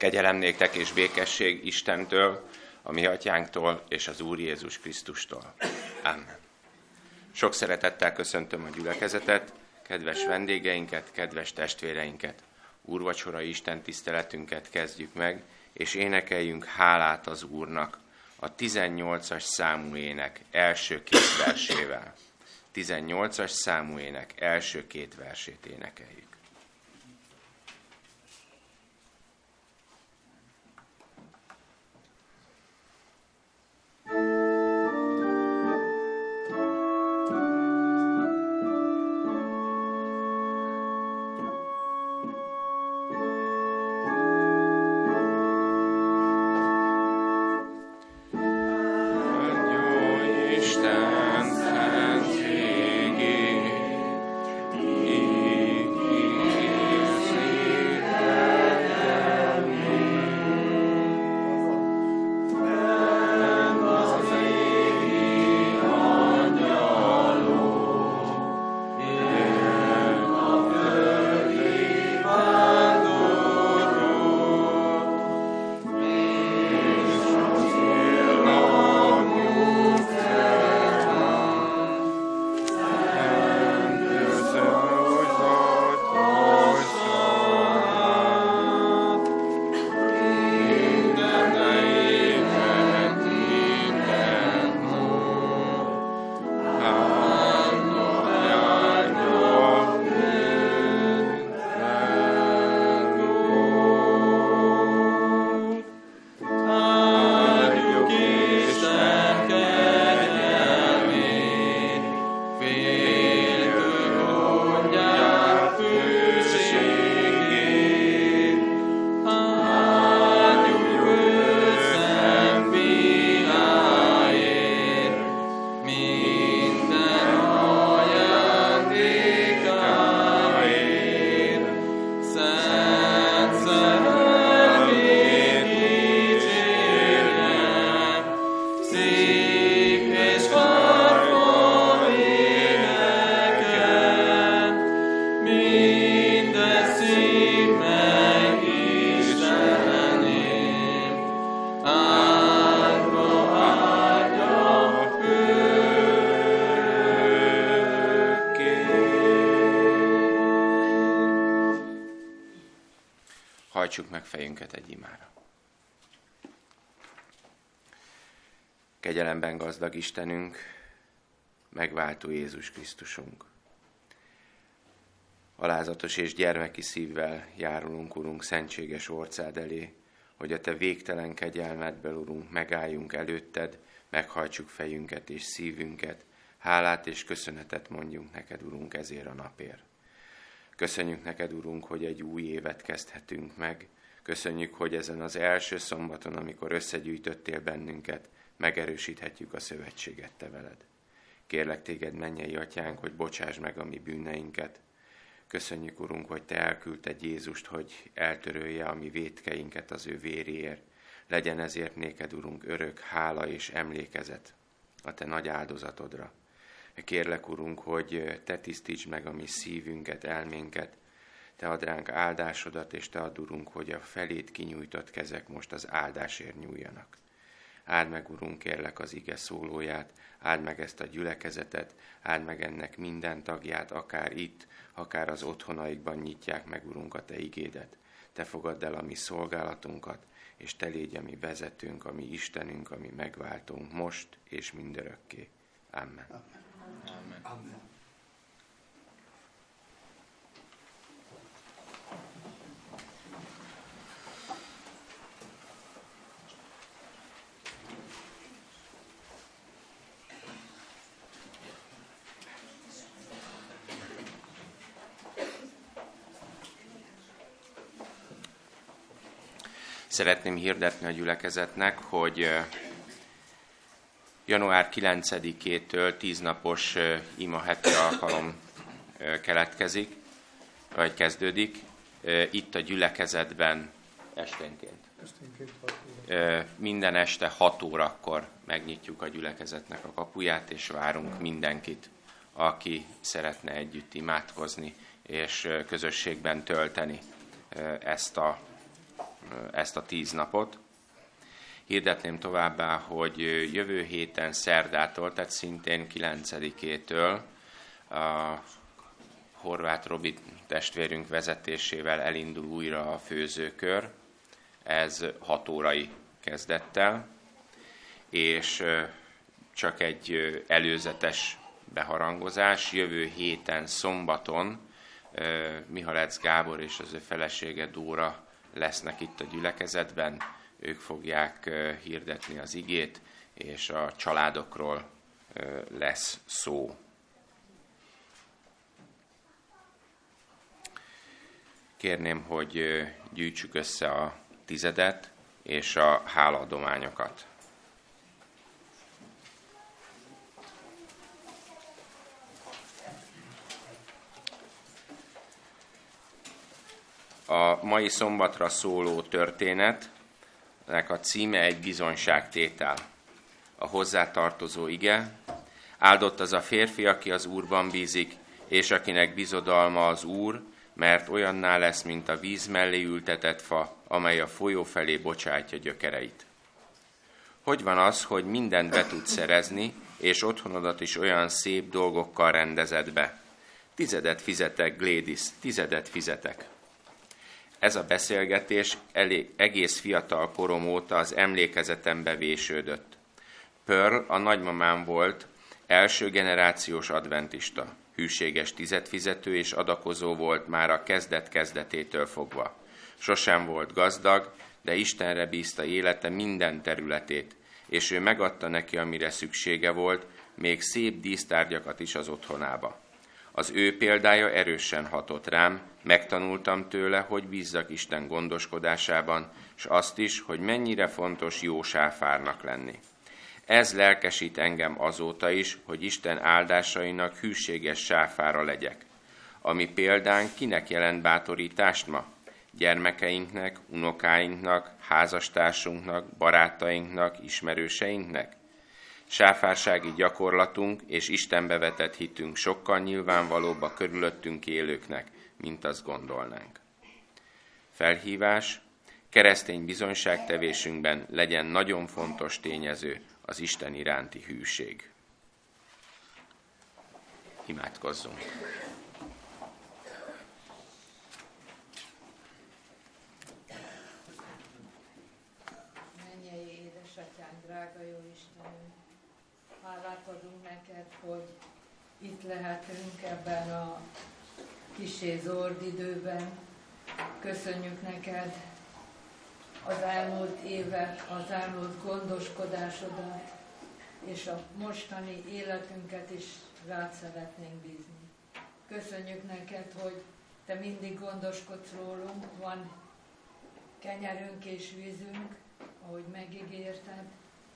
Kegyelem néktek és békesség Istentől, a mi atyánktól és az Úr Jézus Krisztustól. Amen. Sok szeretettel köszöntöm a gyülekezetet, kedves vendégeinket, kedves testvéreinket. Úrvacsorai Isten tiszteletünket kezdjük meg, és énekeljünk hálát az Úrnak a 18-as számú ének első két versével. 18-as számú ének első két versét énekeljük. Hajtsuk meg fejünket egy imára. Kegyelemben gazdag Istenünk, megváltó Jézus Krisztusunk. Alázatos és gyermeki szívvel járulunk, Urunk, szentséges orcád elé, hogy a Te végtelen kegyelmedből, Urunk, megálljunk előtted, meghajtsuk fejünket és szívünket, hálát és köszönetet mondjunk neked, Urunk, ezért a napért. Köszönjük neked, Urunk, hogy egy új évet kezdhetünk meg. Köszönjük, hogy ezen az első szombaton, amikor összegyűjtöttél bennünket, megerősíthetjük a szövetséget te veled. Kérlek téged, mennyei atyánk, hogy bocsáss meg a mi bűneinket. Köszönjük, Urunk, hogy te elküldted Jézust, hogy eltörölje a mi vétkeinket az ő véréért. Legyen ezért néked, Urunk, örök hála és emlékezet a te nagy áldozatodra. Kérlek, Urunk, hogy te tisztítsd meg a mi szívünket, elménket, te add ránk áldásodat, és te add, Urunk, hogy a felét kinyújtott kezek most az áldásért nyúljanak. Áld meg, Urunk, kérlek az ige szólóját, áld meg ezt a gyülekezetet, áld meg ennek minden tagját, akár itt, akár az otthonaikban nyitják meg, Urunk, a te igédet. Te fogadd el a mi szolgálatunkat, és te légy a mi vezetőnk, a mi Istenünk, a mi megváltónk most és mindörökké. Amen. Amen. Amen. Szeretném hirdetni a gyülekezetnek, hogy január 9-től 10 napos ima heti alkalom keletkezik, vagy kezdődik. Itt a gyülekezetben esténként. Minden este 6 órakor megnyitjuk a gyülekezetnek a kapuját, és várunk mindenkit, aki szeretne együtt imádkozni, és közösségben tölteni ezt a ezt a 10 napot. Hirdetném továbbá, hogy jövő héten szerdától, tehát szintén 9-től a Horváth Robi testvérünk vezetésével elindul újra a főzőkör. Ez 6 órai kezdettel, és csak egy előzetes beharangozás. Jövő héten szombaton Mihalec Gábor és az ő felesége Dóra lesznek itt a gyülekezetben. Ők fogják hirdetni az igét, és a családokról lesz szó. Kérném, hogy gyűjtsük össze a tizedet és a hálaadományokat. A mai szombatra szóló történetnek a címe egy bizonyságtétel. A hozzátartozó ige: áldott az a férfi, aki az Úrban bízik, és akinek bizodalma az Úr, mert olyanná lesz, mint a víz mellé ültetett fa, amely a folyó felé bocsátja gyökereit. Hogy van az, hogy mindent be tudsz szerezni, és otthonodat is olyan szép dolgokkal rendezed be? 10 fizetek, Glédis, 10 fizetek. Ez a beszélgetés egész fiatal korom óta az emlékezetembe vésődött. Pearl, a nagymamám volt, első generációs adventista, hűséges tizedfizető és adakozó volt már a kezdet-kezdetétől fogva. Sosem volt gazdag, de Istenre bízta élete minden területét, és ő megadta neki, amire szüksége volt, még szép dísztárgyakat is az otthonába. Az ő példája erősen hatott rám, megtanultam tőle, hogy bízzak Isten gondoskodásában, és azt is, hogy mennyire fontos jó sáfárnak lenni. Ez lelkesít engem azóta is, hogy Isten áldásainak hűséges sáfára legyek. Ami példán kinek jelent bátorítást ma? Gyermekeinknek, unokáinknak, házastársunknak, barátainknak, ismerőseinknek? Sáfársági gyakorlatunk és Istenbe vetett hitünk sokkal nyilvánvalóbb a körülöttünk élőknek, mint azt gondolnánk. Felhívás: keresztény bizonyságtevésünkben legyen nagyon fontos tényező az Isten iránti hűség. Imádkozzunk! Mennyei édesatyánk, drága jó Istenünk! Hálát adunk neked, hogy itt lehetünk ebben a kissé zord időben. Köszönjük neked az elmúlt évet, az elmúlt gondoskodásodat, és a mostani életünket is rád szeretnénk bízni. Köszönjük neked, hogy te mindig gondoskodsz rólunk, van kenyerünk és vízünk, ahogy megígérted,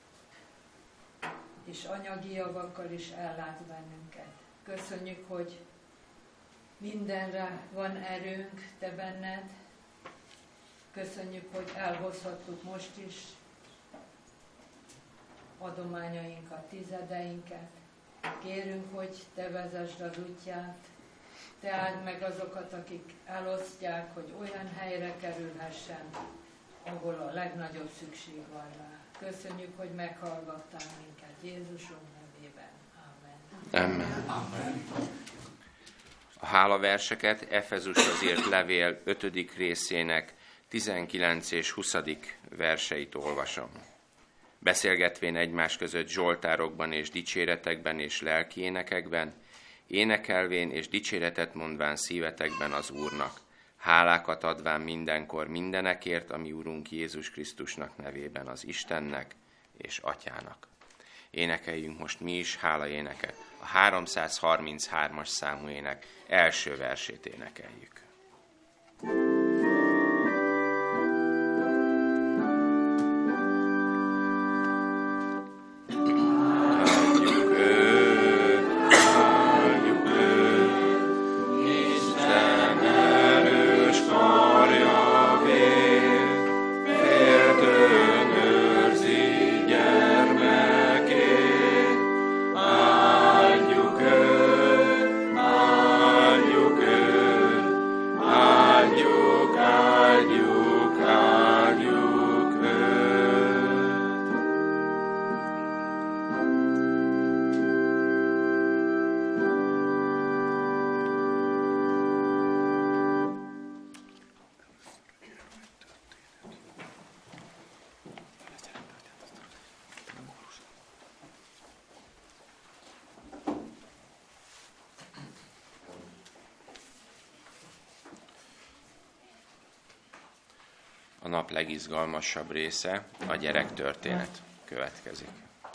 és anyagi javakkal is ellát bennünket. Köszönjük, hogy mindenre van erőnk te benned. Köszönjük, hogy elhozhattuk most is adományainkat, tizedeinket. Kérünk, hogy te vezesd az útját, te áld meg azokat, akik elosztják, hogy olyan helyre kerülhessen, ahol a legnagyobb szükség van rá. Köszönjük, hogy meghallgattál minket. Jézusunk nevében. Amen. Amen. A hálaverseket Efezushoz írt levél 5. részének 19 és 20. verseit olvasom. Beszélgetvén egymás között zsoltárokban és dicséretekben és lelki énekekben, énekelvén és dicséretet mondván szívetekben az Úrnak, hálákat adván mindenkor mindenekért, ami Urunk Jézus Krisztusnak nevében az Istennek és Atyának. Énekeljünk most mi is hálaéneket. A 333-as számú ének első versét énekeljük. A nap legizgalmasabb része, a gyerektörténet következik.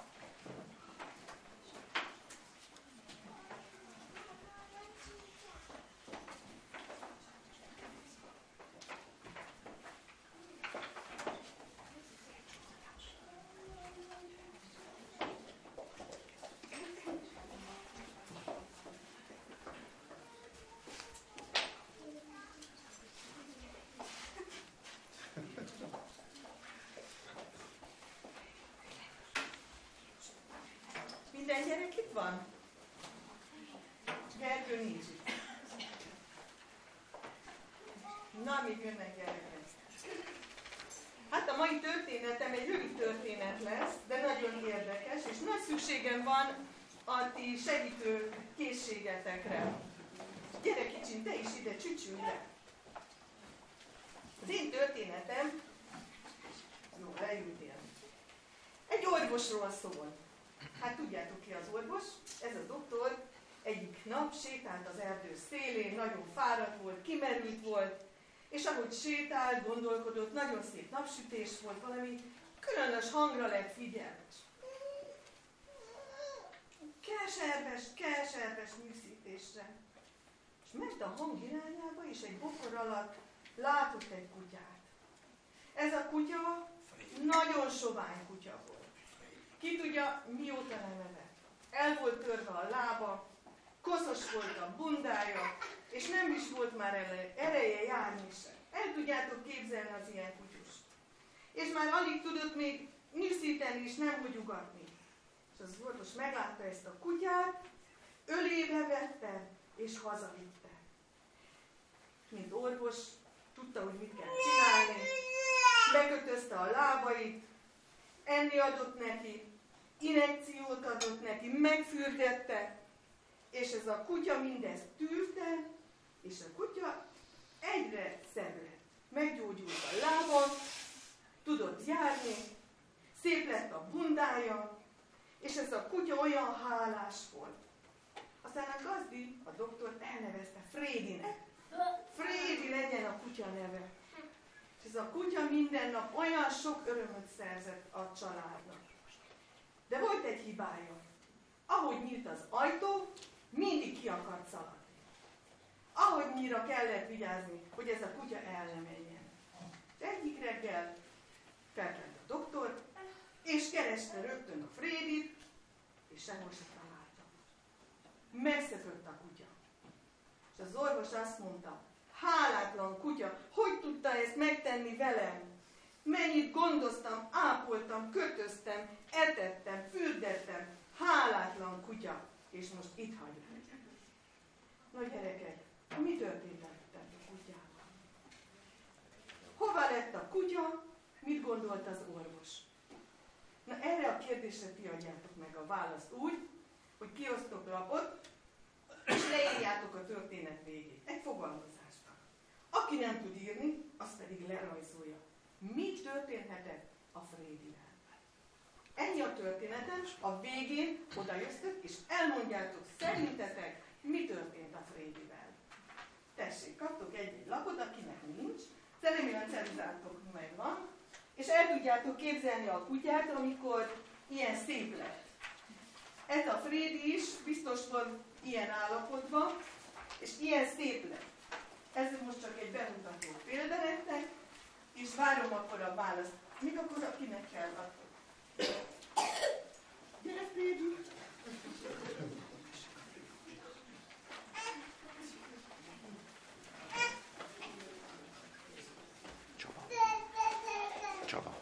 Minden gyerek itt van? Gergő nincs itt. Na, még jönnek gyerekek. Hát a mai történetem egy rövid történet lesz, de nagyon érdekes, és nagy szükségem van a ti segítő készségetekre. Gyere kicsim, te is ide, csücsülj le. Az én történetem, jó, leültél. Egy orvosról szól. Hát tudjátok ki az orvos? Ez a doktor egyik nap sétált az erdő szélén, nagyon fáradt volt, kimerült volt, és ahogy sétált, gondolkodott, nagyon szép napsütés volt, valami különös hangra lett figyelmes. Keserves nyűszítésre. És ment a hang irányába, és egy bokor alatt látott egy kutyát. Ez a kutya nagyon sovány kutya volt. Ki tudja, mióta nem evett. El volt törve a lába, koszos volt a bundája, és nem is volt már ereje járni sem. El tudjátok képzelni az ilyen kutyust. És már alig tudott még nyűszíteni és nem hogy ugatni. És az orvos meglátta ezt a kutyát, ölébe vette és hazavitte. Mint orvos, tudta, hogy mit kell csinálni, bekötözte a lábait, enni adott neki, injekciót adott neki, megfürdette, és ez a kutya mindezt tűrte, és a kutya egyre szebb lett. Meggyógyult a lába, tudott járni, szép lett a bundája, és ez a kutya olyan hálás volt. Aztán a gazdi, a doktor elnevezte Frédinek. Frédi legyen a kutya neve. És ez a kutya minden nap olyan sok örömöt szerzett a családnak. De volt egy hibája. Ahogy nyílt az ajtó, mindig ki akart szaladni. Ahogy nyíra kellett vigyázni, hogy ez a kutya el ne menjen. És egyik reggel felkelt a doktor, és kereste rögtön a Frédit, és sehol se találta. Megszökött a kutya. És az orvos azt mondta, hálátlan kutya, hogy tudta ezt megtenni velem? Mennyit gondoztam, ápoltam, kötöztem, etettem, fürdettem, hálátlan kutya, és most itt hagyom. Na gyerekek, mi történt a kutyával? Hova lett a kutya? Mit gondolt az orvos? Na erre a kérdésre ti adjátok meg a választ úgy, hogy kiosztok lapot, és leírjátok a történet végét. Egy fogalmazásban. Aki nem tud írni, az pedig lerajzolja. Mi történhetett a Frédivel? Ennyi a történetem, a végén odajöttök, és elmondjátok szerintetek, mi történt a Frédivel. Tessék, kaptok egy lapot, akinek nincs, remélem ceruzátok megvan, és el tudjátok képzelni a kutyát, amikor ilyen szép lett. Ez a Frédi is biztos van ilyen állapotban, és ilyen szép lett. Ez most csak egy bemutató példa nektek, és várom akkor a választ. Még akkor akinek kell adtok. Gyere, Frédi! Csaba.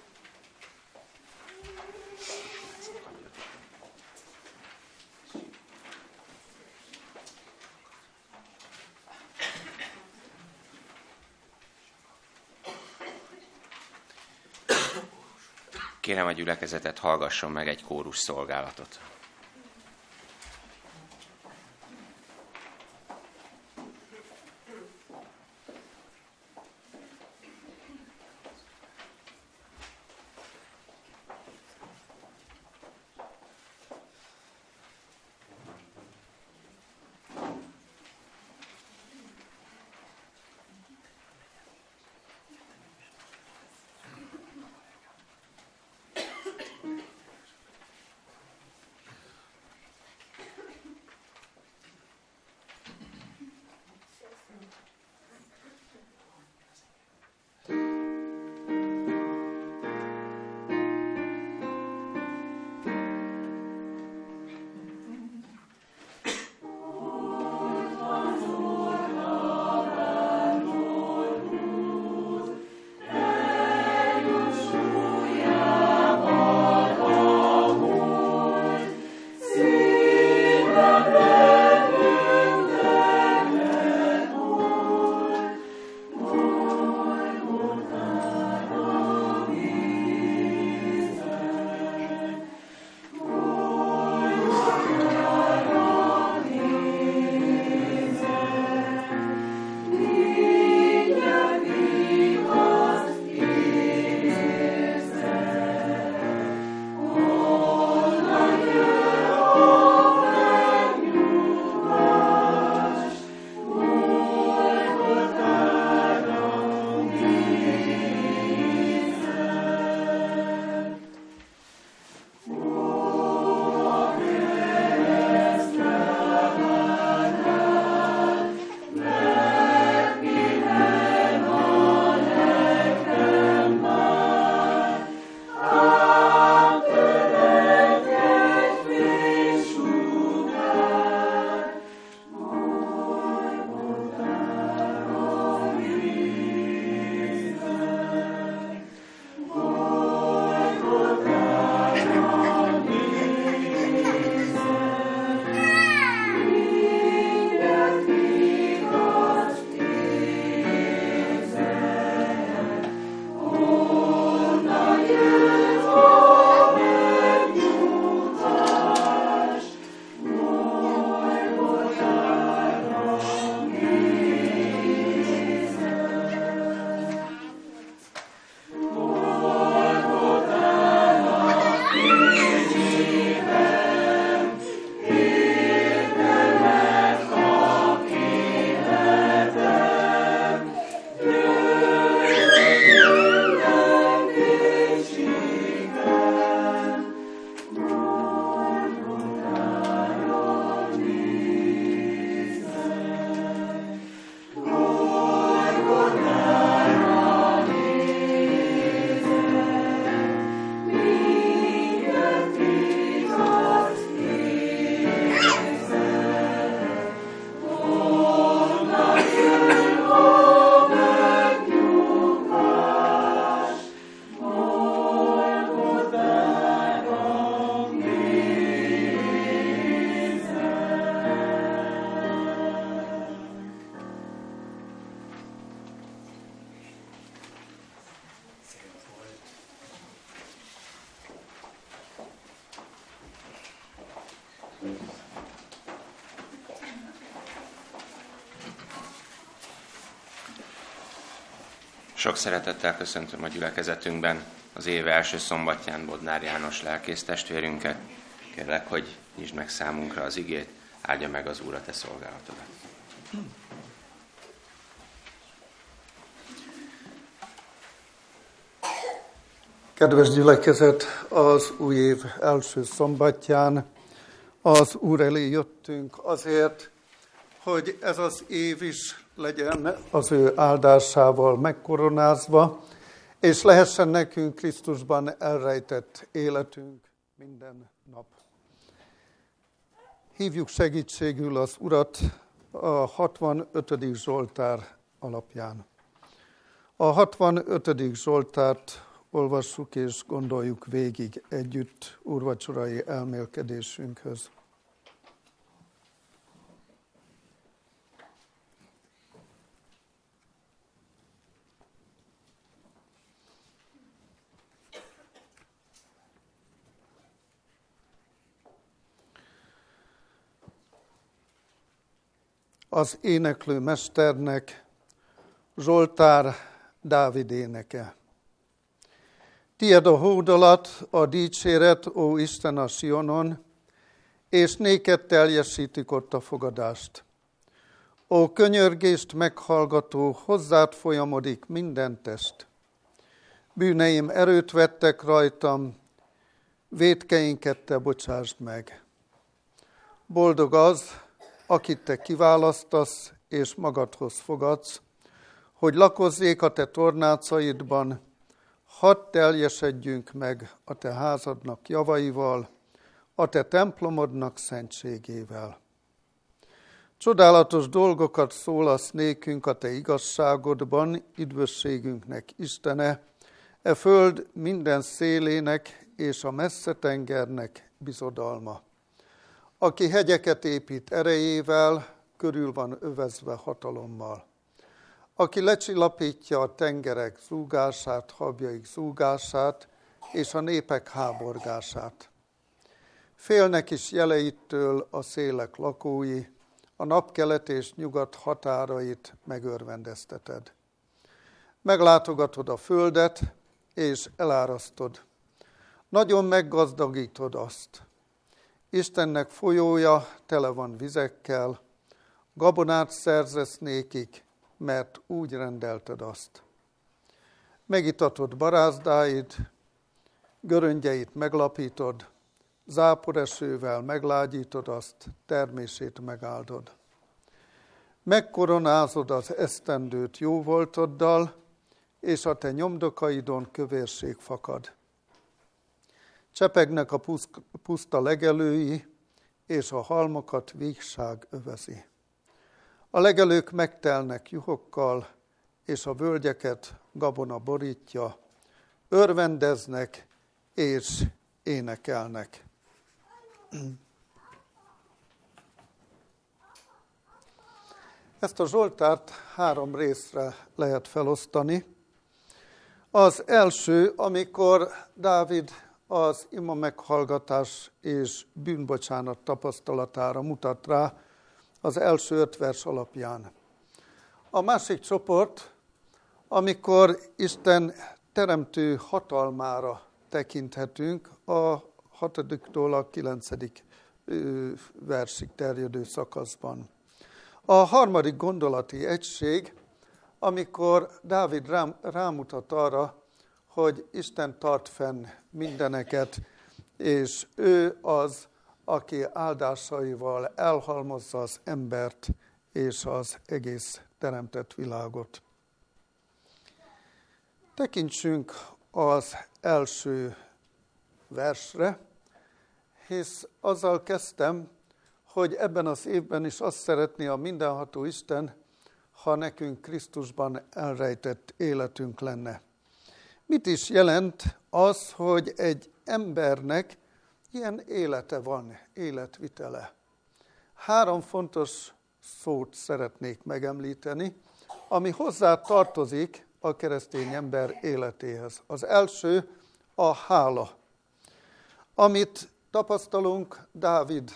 Kérem a gyülekezetet, hallgasson meg egy kórus szolgálatot. Sok szeretettel köszöntöm a gyülekezetünkben az év első szombatján Bodnár János lelkész testvérünket. Kérlek, hogy nyisd meg számunkra az igét, áldja meg az Úr a te szolgálatodat. Kedves gyülekezet, az új év első szombatján az Úr elé jöttünk azért, hogy ez az év is legyen az ő áldásával megkoronázva, és lehessen nekünk Krisztusban elrejtett életünk minden nap. Hívjuk segítségül az Urat a 65. Zsoltár alapján. A 65. Zsoltárt olvassuk és gondoljuk végig együtt úrvacsorai elmélkedésünkhöz. Az éneklő mesternek Zsoltár Dávid éneke. Tied a hódolat, a dicséret, ó Isten a Sionon, és néked teljesítik ott a fogadást. Ó könyörgést meghallgató, hozzád folyamodik minden test. Bűneim erőt vettek rajtam, vétkeinket te bocsásd meg. Boldog az, akit te kiválasztasz és magadhoz fogadsz, hogy lakozzék a te tornácaidban, hadd teljesedjünk meg a te házadnak javaival, a te templomodnak szentségével. Csodálatos dolgokat szólasz nékünk a te igazságodban, üdvösségünknek Istene, e föld minden szélének és a messze tengernek bizodalma. Aki hegyeket épít erejével, körül van övezve hatalommal. Aki lecsillapítja a tengerek zúgását, habjaik zúgását, és a népek háborgását. Félnek is jeleitől a szélek lakói, a napkelet és nyugat határait megörvendezteted. Meglátogatod a földet, és elárasztod. Nagyon meggazdagítod azt. Istennek folyója tele van vizekkel, gabonát szerzesz nékik, mert úgy rendelted azt. Megitatod barázdáid, göröngyeit meglapítod, záporesővel meglágyítod azt, termését megáldod. Megkoronázod az esztendőt jóvoltoddal, és a te nyomdokaidon kövérség fakad. Csepegnek a puszta legelői, és a halmokat vígság övezi. A legelők megtelnek juhokkal, és a völgyeket gabona borítja, örvendeznek és énekelnek. Ezt a Zsoltárt 3 részre lehet felosztani. Az első, amikor Dávid az ima meghallgatás és bűnbocsánat tapasztalatára mutat rá az első 5 vers alapján. A másik csoport, amikor Isten teremtő hatalmára tekinthetünk, a 6-tól a 9. versig terjedő szakaszban. A harmadik gondolati egység, amikor Dávid rámutat arra, hogy Isten tart fenn mindeneket, és ő az, aki áldásaival elhalmozza az embert és az egész teremtett világot. Tekintsünk az első versre, hisz azzal kezdtem, hogy ebben az évben is azt szeretné a mindenható Isten, ha nekünk Krisztusban elrejtett életünk lenne. Mit is jelent az, hogy egy embernek ilyen élete van, életvitele? 3 fontos szót szeretnék megemlíteni, ami hozzá tartozik a keresztény ember életéhez. Az első a hála, amit tapasztalunk Dávid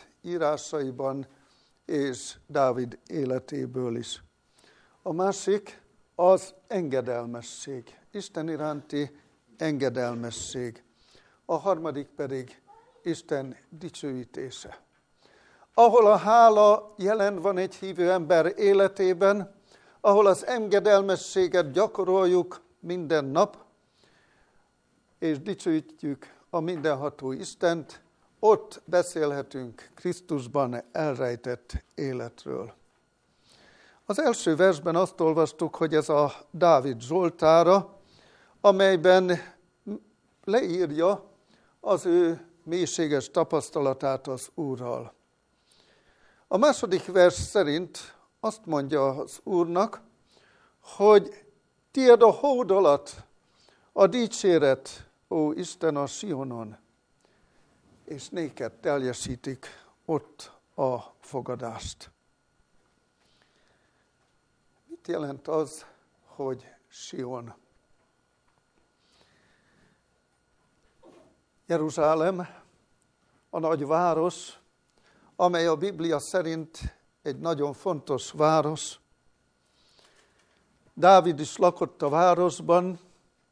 írásaiban és Dávid életéből is. A másik az engedelmesség, Isten iránti engedelmesség. A harmadik pedig Isten dicsőítése. Ahol a hála jelen van egy hívő ember életében, ahol az engedelmességet gyakoroljuk minden nap, és dicsőítjük a mindenható Istent, ott beszélhetünk Krisztusban elrejtett életről. Az első versben azt olvastuk, hogy ez a Dávid Zsoltára, amelyben leírja az ő mélységes tapasztalatát az Úrral. A második vers szerint azt mondja az Úrnak, hogy tiéd a hódolat, a dicséret, ó Isten, a Sionon, és néked teljesítik ott a fogadást. Mit jelent az, hogy Sion? Jeruzsálem, a nagy város, amely a Biblia szerint egy nagyon fontos város. Dávid is lakott a városban,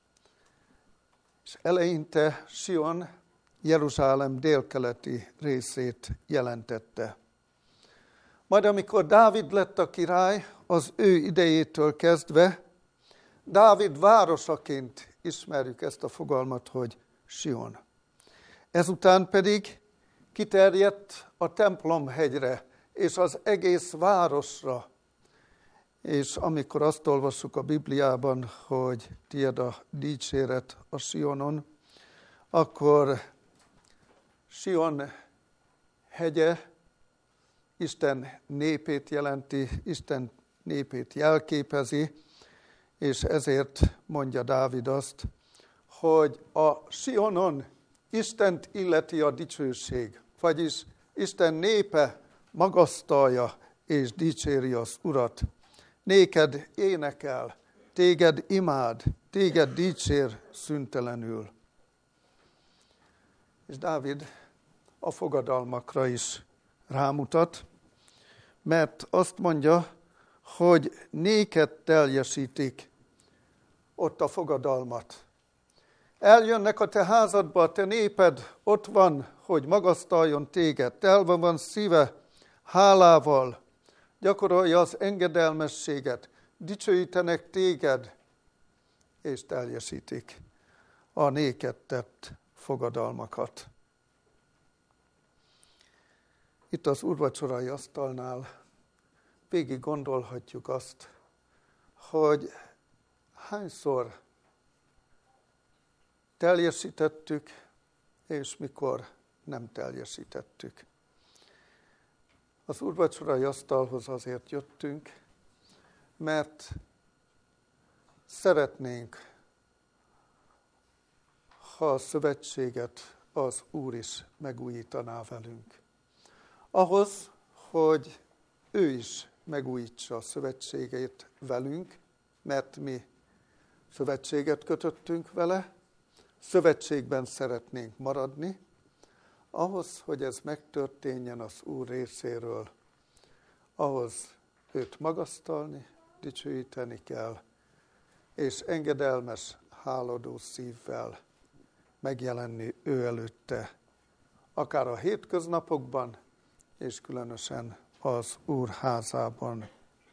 és eleinte Sion Jeruzsálem délkeleti részét jelentette. Majd amikor Dávid lett a király, az ő idejétől kezdve, Dávid városaként ismerjük ezt a fogalmat, hogy Sion. Ezután pedig kiterjedt a templomhegyre és az egész városra. És amikor azt olvassuk a Bibliában, hogy tiéd a dicséret a Sionon, akkor Sion hegye Isten népét jelenti, Isten népét jelképezi, és ezért mondja Dávid azt, hogy a Sionon Istent illeti a dicsőség, vagyis Isten népe magasztalja és dicséri az Urat. Néked énekel, téged imád, téged dicsér szüntelenül. És Dávid a fogadalmakra is rámutat, mert azt mondja, hogy néked teljesítik ott a fogadalmat. Eljönnek a te házadba, a te néped ott van, hogy magasztaljon téged. Telve van szíve hálával, gyakorolja az engedelmességet, dicsőítenek téged, és teljesítik a néked tett fogadalmakat. Itt az úrvacsorai asztalnál végig gondolhatjuk azt, hogy hányszor teljesítettük, és mikor nem teljesítettük. Az úrvacsorai asztalhoz azért jöttünk, mert szeretnénk, ha a szövetséget az Úr is megújítaná velünk. Ahhoz, hogy ő is megújítsa a szövetségét velünk, mert mi szövetséget kötöttünk vele, szövetségben szeretnénk maradni, ahhoz, hogy ez megtörténjen az Úr részéről, ahhoz őt magasztalni, dicsőíteni kell, és engedelmes, háladó szívvel megjelenni ő előtte, akár a hétköznapokban, és különösen az Úr házában.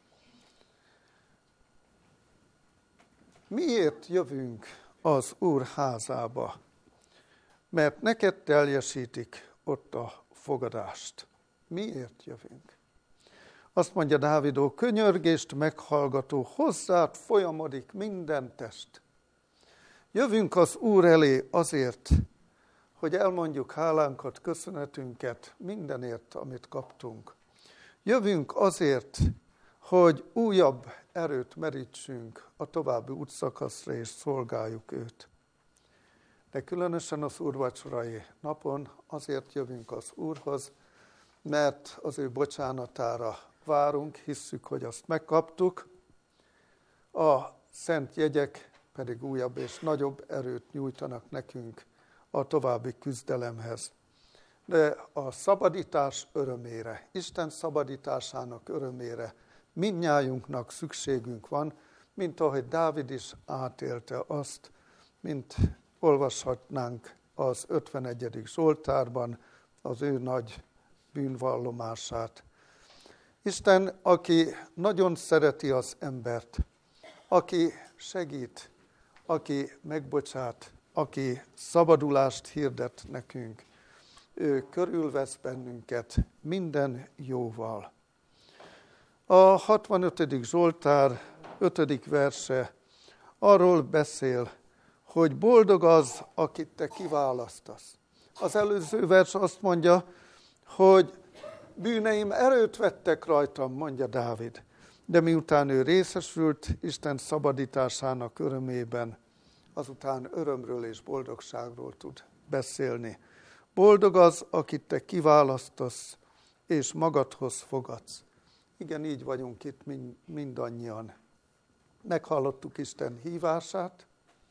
Miért jövünk az Úr házába? Mert neked teljesítik ott a fogadást. Miért jövünk? Azt mondja Dávidó, könyörgést meghallgató, hozzád folyamodik minden test. Jövünk az Úr elé azért, hogy elmondjuk hálánkat, köszönetünket mindenért, amit kaptunk. Jövünk azért, hogy újabb erőt merítsünk a további útszakaszra, és szolgáljuk őt. De különösen az úrvacsorai napon azért jövünk az Úrhoz, mert az ő bocsánatára várunk, hisszük, hogy azt megkaptuk, a szent jegyek pedig újabb és nagyobb erőt nyújtanak nekünk a további küzdelemhez. De a szabadítás örömére, Isten szabadításának örömére mindnyájunknak szükségünk van, mint ahogy Dávid is átélte azt, mint olvashatnánk az 51. Zsoltárban az ő nagy bűnvallomását. Isten, aki nagyon szereti az embert, aki segít, aki megbocsát, aki szabadulást hirdet nekünk, ő körülvesz bennünket minden jóval. A 65. Zsoltár 5. verse arról beszél, hogy boldog az, akit te kiválasztasz. Az előző vers azt mondja, hogy bűneim erőt vettek rajtam, mondja Dávid. De miután ő részesült Isten szabadításának örömében, azután örömről és boldogságról tud beszélni. Boldog az, akit te kiválasztasz, és magadhoz fogadsz. Igen, így vagyunk itt mindannyian. Meghallottuk Isten hívását,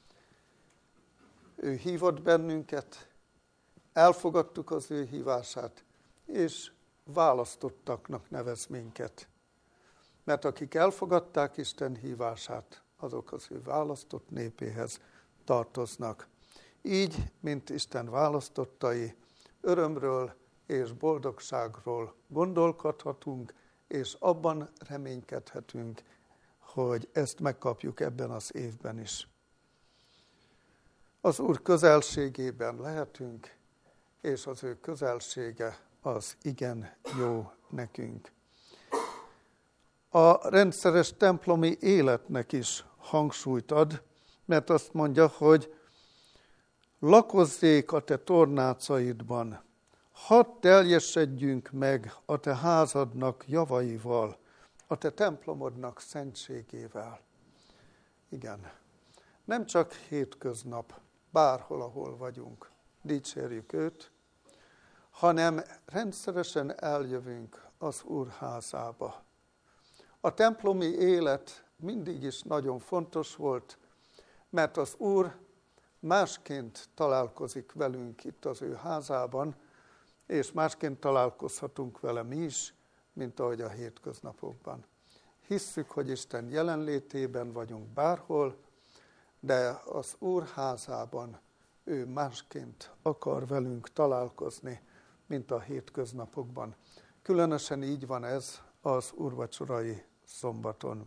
ő hívott bennünket, elfogadtuk az ő hívását, és választottaknak nevez minket. Mert akik elfogadták Isten hívását, azok az ő választott népéhez tartoznak. Így, mint Isten választottai, örömről és boldogságról gondolkodhatunk, és abban reménykedhetünk, hogy ezt megkapjuk ebben az évben is. Az Úr közelségében lehetünk, és az ő közelsége az igen jó nekünk. A rendszeres templomi életnek is hangsúlyt ad, mert azt mondja, hogy lakozzék a te tornácaidban, hadd teljesedjünk meg a te házadnak javaival, a te templomodnak szentségével. Igen, nem csak hétköznap, bárhol, ahol vagyunk, dicsérjük őt, hanem rendszeresen eljövünk az Úr házába. A templomi élet mindig is nagyon fontos volt, mert az Úr másként találkozik velünk itt az ő házában, és másként találkozhatunk vele mi is, mint ahogy a hétköznapokban. Hisszük, hogy Isten jelenlétében vagyunk bárhol, de az Úr házában ő másként akar velünk találkozni, mint a hétköznapokban. Különösen így van ez az úrvacsorai szombaton.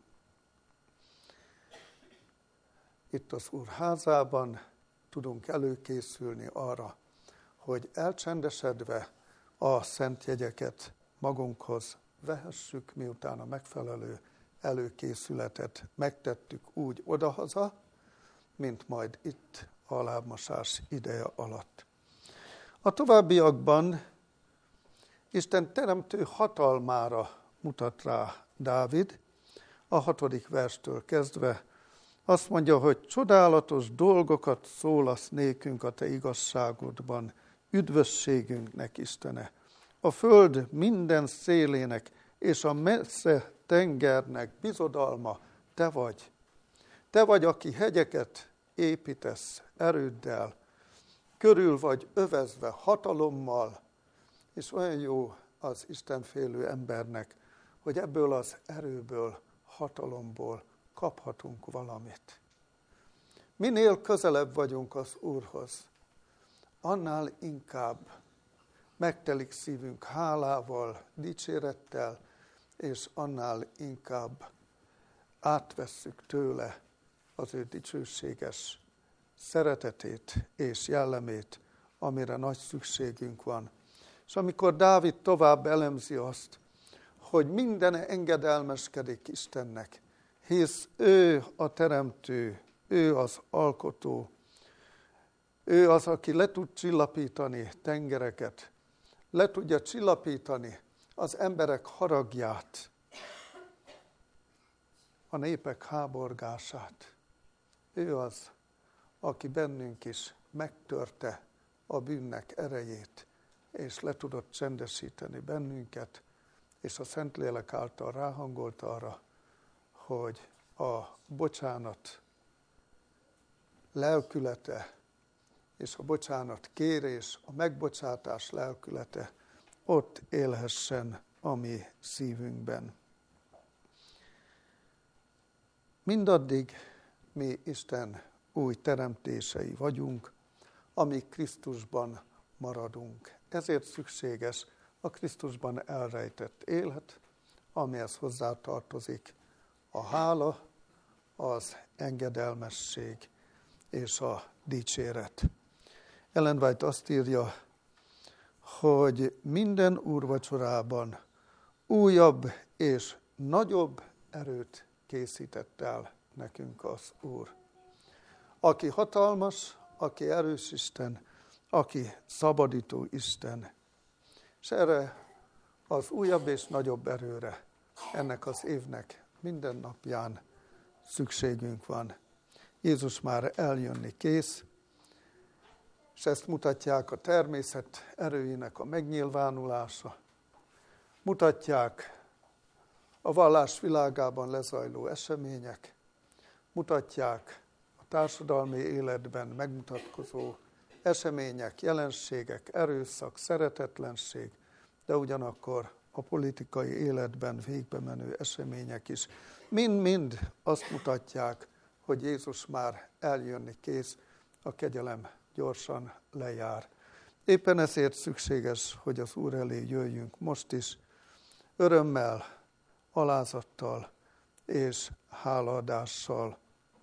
Itt az Úr házában tudunk előkészülni arra, hogy elcsendesedve a szent jegyeket magunkhoz vehessük, miután a megfelelő előkészületet megtettük úgy odahaza, mint majd itt a lábmosás ideje alatt. A továbbiakban Isten teremtő hatalmára mutat rá Dávid, a 6. verstől kezdve. Azt mondja, hogy csodálatos dolgokat szólasz nékünk a te igazságodban, üdvösségünknek, Istene. A föld minden szélének és a messze tengernek bizodalma te vagy. Te vagy, aki hegyeket építesz erőddel, körül vagy övezve hatalommal, és olyan jó az istenfélő embernek, hogy ebből az erőből, hatalomból kaphatunk valamit. Minél közelebb vagyunk az Úrhoz, annál inkább megtelik szívünk hálával, dicsérettel, és annál inkább átvesszük tőle az ő dicsőséges szeretetét és jellemét, amire nagy szükségünk van. És amikor Dávid tovább elemzi azt, hogy minden engedelmeskedik Istennek, hisz ő a teremtő, ő az alkotó, ő az, aki le tud csillapítani tengereket, le tudja csillapítani az emberek haragját, a népek háborgását. Ő az, aki bennünk is megtörte a bűnnek erejét, és le tudott csendesíteni bennünket, és a Szentlélek által ráhangolt arra, hogy a bocsánat lelkülete és a bocsánat kérés, a megbocsátás lelkülete ott élhessen a mi szívünkben. mindaddig mi Isten új teremtései vagyunk, amíg Krisztusban maradunk. Ezért szükséges a Krisztusban elrejtett élet, amihez hozzátartozik a hála, az engedelmesség és a dicséret. Ellen White azt írja, hogy minden úrvacsorában újabb és nagyobb erőt készített el nekünk az Úr. Aki hatalmas, aki erős Isten, aki szabadító Isten. És erre az újabb és nagyobb erőre ennek az évnek minden napján szükségünk van. Jézus már eljönni kész, és ezt mutatják a természet erőinek a megnyilvánulása, mutatják a vallás világában lezajló események, mutatják a társadalmi életben megmutatkozó események, jelenségek, erőszak, szeretetlenség, de ugyanakkor a politikai életben végbe menő események is mind-mind azt mutatják, hogy Jézus már eljönni kész, a kegyelem gyorsan lejár. Éppen ezért szükséges, hogy az Úr elé jöjjünk most is, örömmel, alázattal és hálaadással.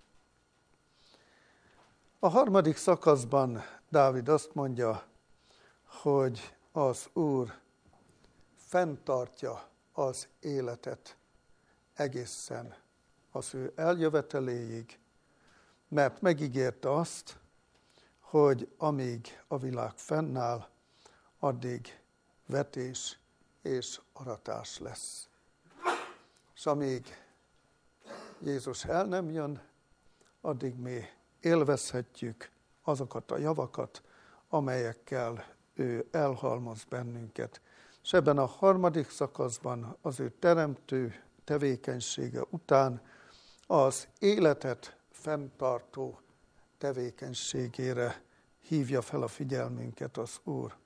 A 3. szakaszban Dávid azt mondja, hogy az Úr fenntartja az életet egészen az ő eljöveteléig, mert megígérte azt, hogy amíg a világ fennáll, addig vetés és aratás lesz. És amíg Jézus el nem jön, addig mi élvezhetjük azokat a javakat, amelyekkel ő elhalmoz bennünket. És ebben a 3. szakaszban az ő teremtő tevékenysége után az életet fenntartó tevékenységére hívja fel a figyelmünket az Úr.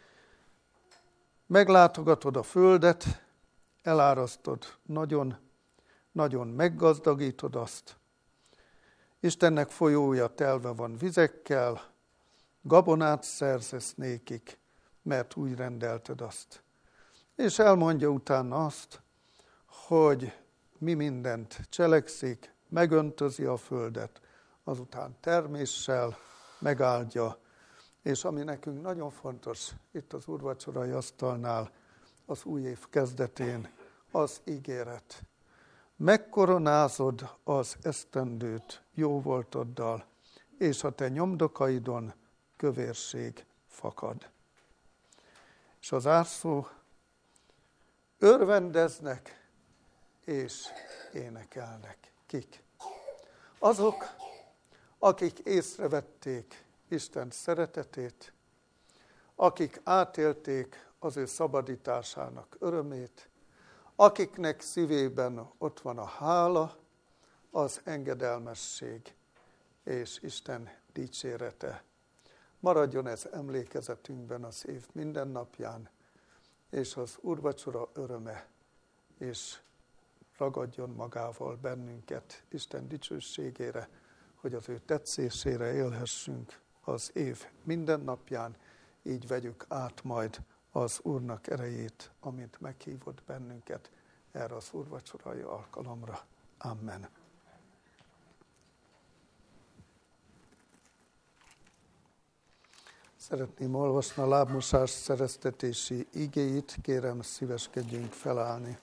Meglátogatod a földet, elárasztod nagyon meggazdagítod azt. Istennek folyója telve van vizekkel, gabonát szerzesz nékik, mert úgy rendelted azt. És elmondja utána azt, hogy mi mindent cselekszik, megöntözi a földet, azután terméssel megáldja, és ami nekünk nagyon fontos itt az úrvacsorai asztalnál, az új év kezdetén, az ígéret. Megkoronázod az esztendőt jóvoltoddal, és a te nyomdokaidon kövérség fakad. És az zárszó, örvendeznek és énekelnek. Kik? Azok, akik észrevették Isten szeretetét, akik átélték az ő szabadításának örömét, akiknek szívében ott van a hála, az engedelmesség és Isten dicsérete. Maradjon ez emlékezetünkben az év minden napján, és az úrvacsora öröme, és ragadjon magával bennünket Isten dicsőségére, hogy az ő tetszésére élhessünk az év minden napján, így vegyük át majd az Úrnak erejét, amint meghívott bennünket erre az úrvacsorai alkalomra. Amen. Szeretném olvasni a lábmosás szereztetési igéit, kérem szíveskedjünk felállni.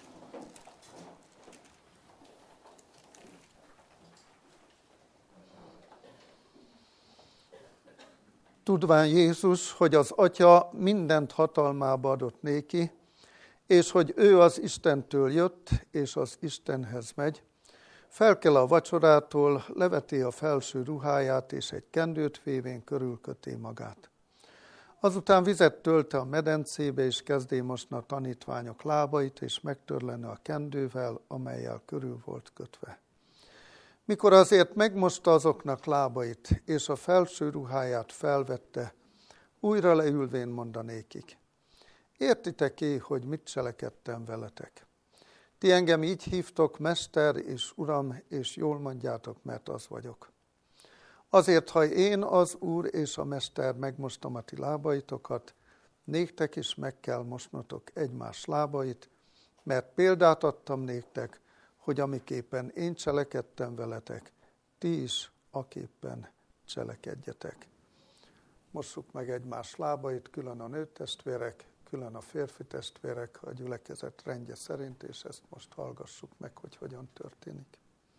Tudván Jézus, hogy az Atya mindent hatalmába adott néki, és hogy ő az Istentől jött, és az Istenhez megy, felkel a vacsorától, leveti a felső ruháját, és egy kendőt vévén körülköti magát. Azután vizet tölte a medencébe, és kezdé mosni a tanítványok lábait, és megtörleni a kendővel, amellyel körül volt kötve. Mikor azért megmosta azoknak lábait, és a felső ruháját felvette, újra leülvén mondanékik: értitek-e, hogy mit cselekedtem veletek? Ti engem így hívtok, Mester és Uram, és jól mondjátok, mert az vagyok. Azért, ha én, az Úr és a Mester megmostam a ti lábaitokat, néktek is meg kell mosnotok egymás lábait, mert példát adtam néktek, hogy amiképpen én cselekedtem veletek, ti is aképpen cselekedjetek. Mossuk meg egymás lábait, külön a nőtestvérek, külön a férfi testvérek a gyülekezet rendje szerint, és ezt most hallgassuk meg, hogy hogyan történik.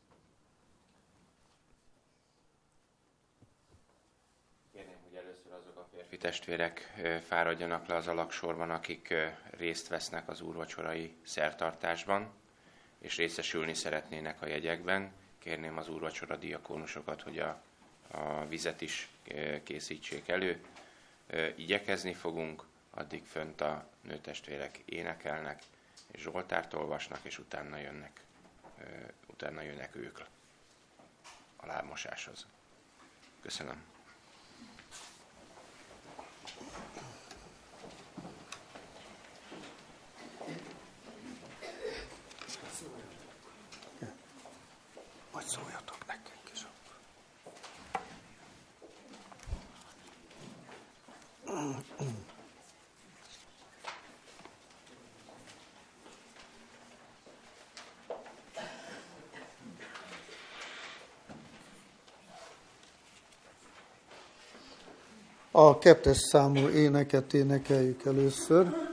Kérném, hogy először azok a férfi testvérek fáradjanak le az alagsorban, akik részt vesznek az úrvacsorai szertartásban, és részesülni szeretnének a jegyekben. Kérném az úrvacsora diakónusokat, hogy a vizet is készítsék elő. Igyekezni fogunk, addig fönt a nőtestvérek énekelnek, és Zsoltárt olvasnak, és utána jönnek ők a lábmosáshoz. Köszönöm. Majd szóljatok nekünk is. A 2. számú éneket énekeljük először.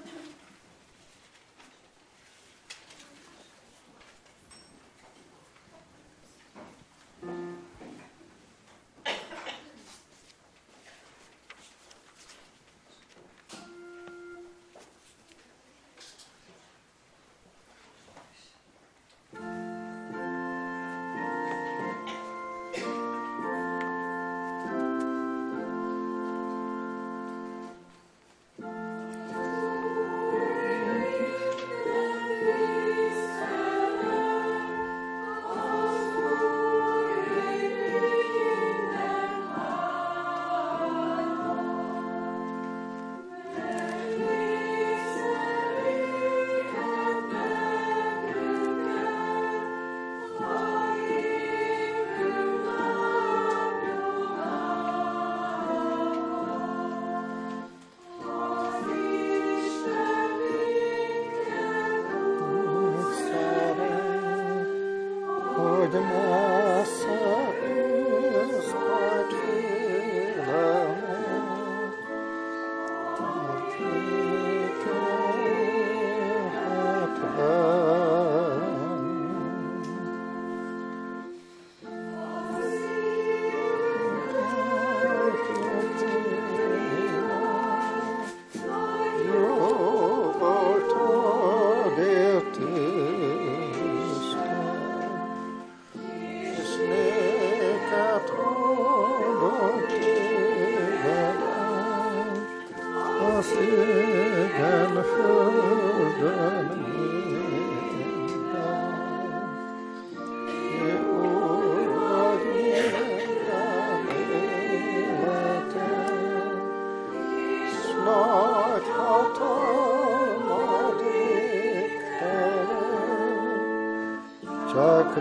Csak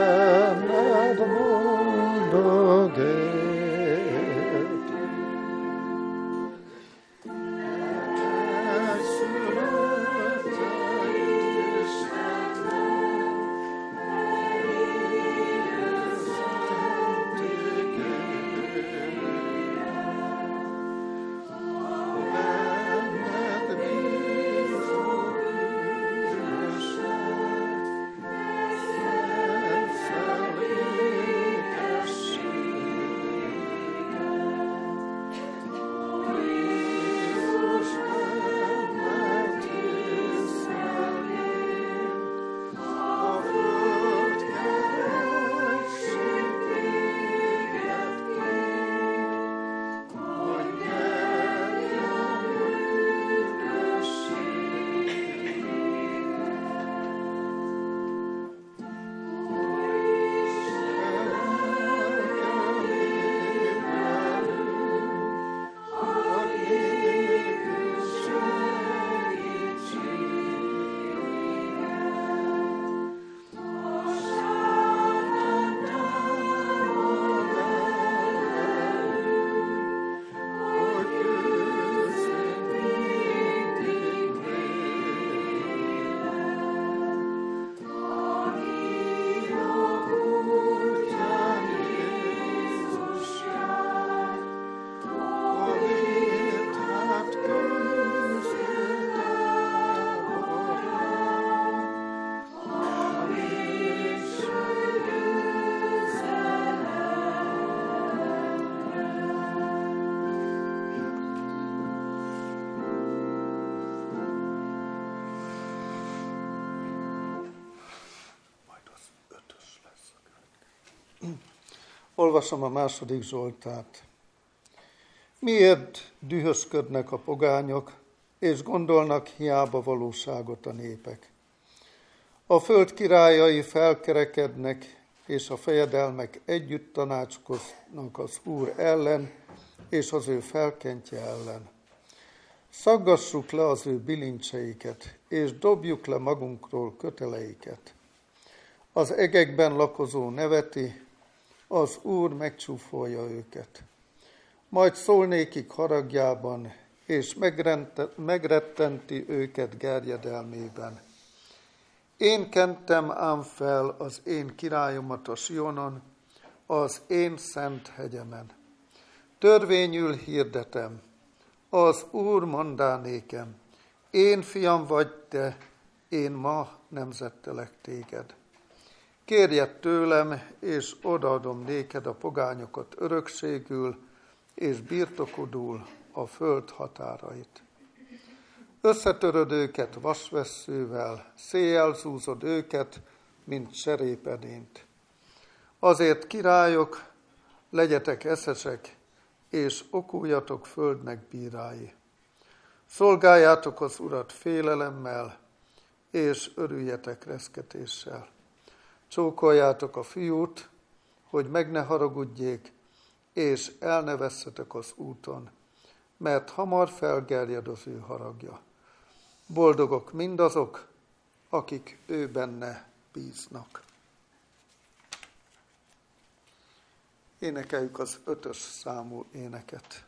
benned boldog élet. Olvasom a 2. Zsoltárt. Miért dühösködnek a pogányok, és gondolnak hiába valóságot a népek? A föld királyai felkerekednek, és a fejedelmek együtt tanácskoznak az Úr ellen, és az ő felkentje ellen. Szaggassuk le az ő bilincseiket, és dobjuk le magunkról köteleiket. Az egekben lakozó neveti, az Úr megcsúfolja őket. Majd szól nékik haragjában, és megrettenti őket gerjedelmében. Én kentem ám fel az én királyomat a Sionon, az én szent hegyemen. Törvényül hirdetem, az Úr mondá nékem, én fiam vagy te, én ma nemzettelek téged. Kérjed tőlem, és odaadom néked a pogányokat örökségül, és birtokodul a föld határait. Összetöröd őket vasvesszővel, széjjel zúzod őket, mint serépedényt. Azért, királyok, legyetek eszesek, és okuljatok földnek bírái. Szolgáljátok az Urat félelemmel, és örüljetek reszketéssel. Csókoljátok a fiút, hogy meg ne haragudjék, és el ne vesszetek az úton, mert hamar felgerjed az ő haragja. Boldogok mindazok, akik ő benne bíznak. Énekeljük az 5. számú éneket.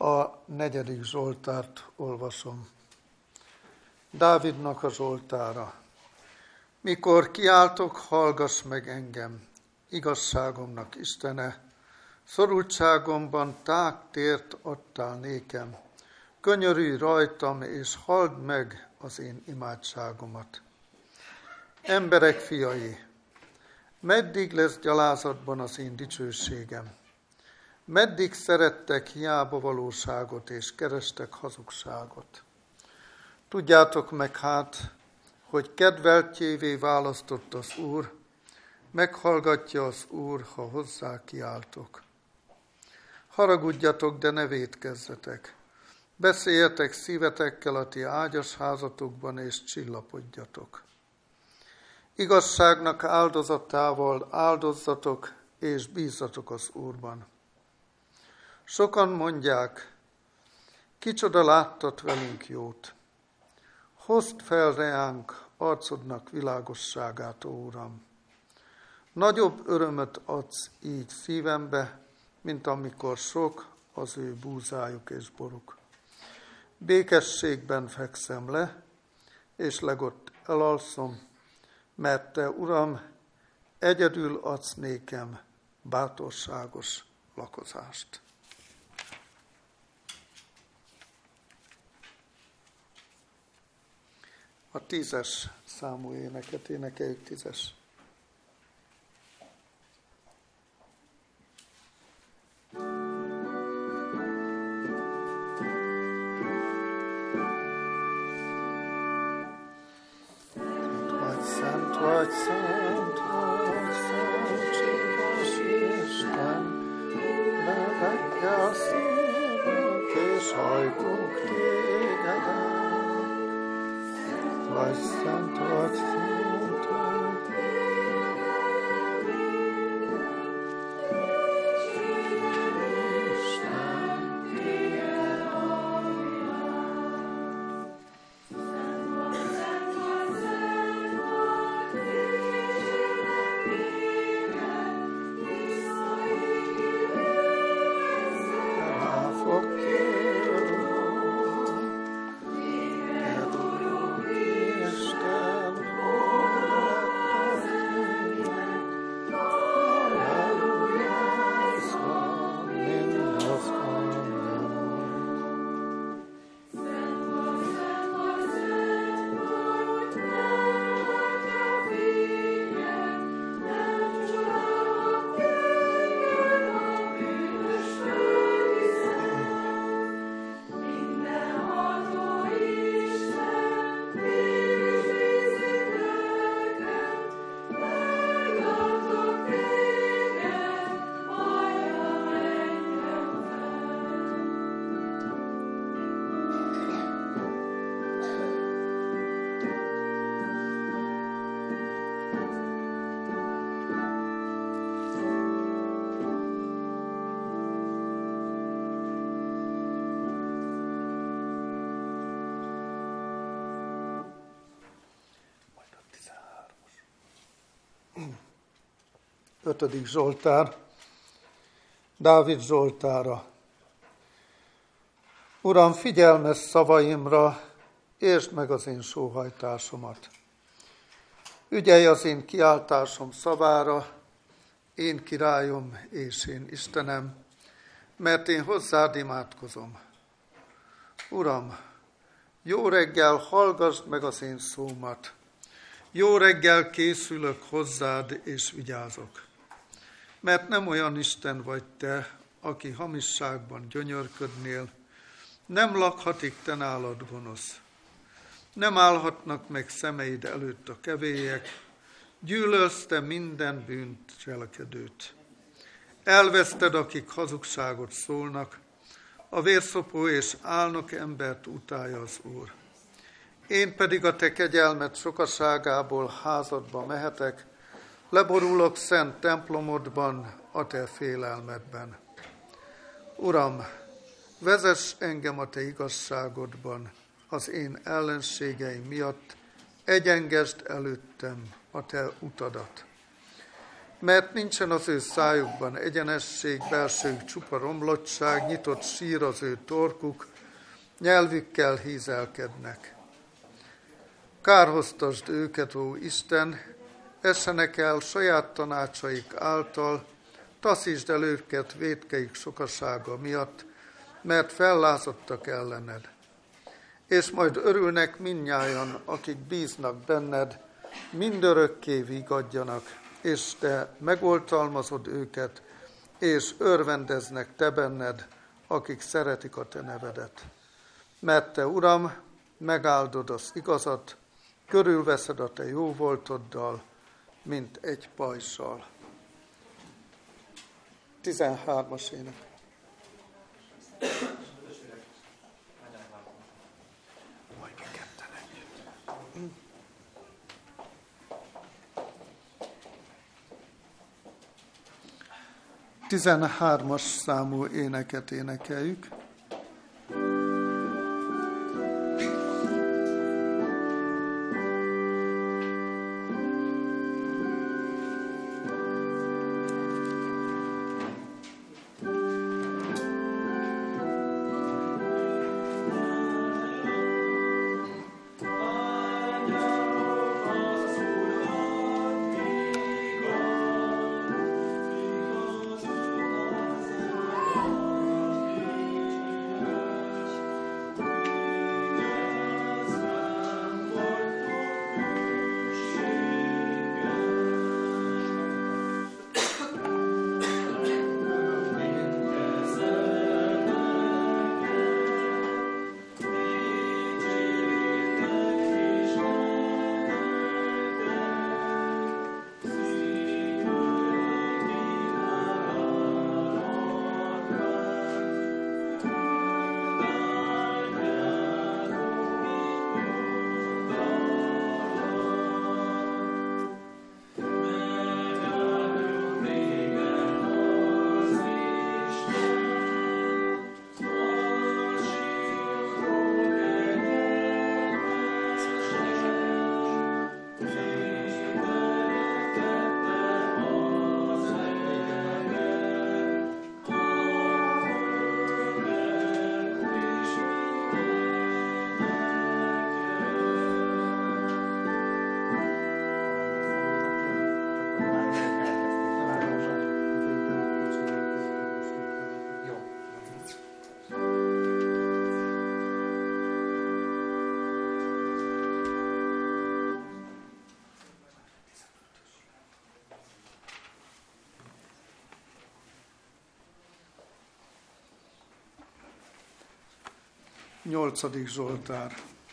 a 4. Zsoltárt olvasom. Dávidnak a Zsoltára. Mikor kiáltok, hallgass meg engem, igazságomnak Istene, szorultságomban tág tért adtál nékem, könyörülj rajtam, és halld meg az én imádságomat. Emberek fiai, meddig lesz gyalázatban az én dicsőségem? Meddig szerettek hiába valóságot, és kerestek hazugságot? Tudjátok meg hát, hogy kedveltjévé választott az Úr, meghallgatja az Úr, ha hozzá kiáltok. Haragudjatok, de ne vétkezzetek. Beszéljetek szívetekkel a ti ágyas házatokban, és csillapodjatok. Igazságnak áldozatával áldozzatok, és bízzatok az Úrban. Sokan mondják, kicsoda láttat velünk jót. Hozd fel reánk arcodnak világosságát, ó Uram. Nagyobb örömöt adsz így szívembe, mint amikor sok az ő búzájuk és boruk. Békességben fekszem le, és legott elalszom, mert te, Uram, egyedül adsz nékem bátorságos lakozást. A 10-es számú éneket énekeljük, 10-es. Szent vagy, szentséges Isten, neveggel szívünk, és hajtunk téged. Vagy szent vagy, szent vagy. Isten, téged Ötödik Zsoltár, Dávid Zsoltára. Uram, figyelmes szavaimra, értsd meg az én sóhajtásomat. Ügyelj az én kiáltásom szavára, én királyom és én Istenem, mert én hozzád imádkozom. Uram, jó reggel, hallgassd meg az én szómat. Jó reggel készülök hozzád és vigyázok. Mert nem olyan Isten vagy te, aki hamisságban gyönyörködnél, nem lakhatik te nálad gonosz. Nem állhatnak meg szemeid előtt a kevélyek, gyűlölsz te minden bűnt cselekedőt. Elveszted, akik hazugságot szólnak, a vérszopó és álnok embert utálja az Úr. Én pedig a te kegyelmed sokaságából házadba mehetek, leborulok szent templomodban, a te félelmedben. Uram, vezess engem a te igazságodban, az én ellenségeim miatt, egyengesd előttem a te utadat. mert nincsen az ő szájukban egyenesség, belsőjük csupa romlottság, nyitott sír az ő torkuk, nyelvükkel hízelkednek. Kárhoztasd őket, ó Isten, essenek el saját tanácsaik által, taszítsd el őket vétkeik sokasága miatt, mert fellázadtak ellened. És majd örülnek mindnyájan, akik bíznak benned, mindörökké vigadjanak, és te megoltalmazod őket, és örvendeznek te benned, akik szeretik a te nevedet. Mert te, Uram, megáldod az igazat, körülveszed a te jó voltoddal, mint egy pajzzal. 13-as ének. Majd mi ketten együtt. 13-as számú éneket énekeljük. Nyolcadik Zsoltár.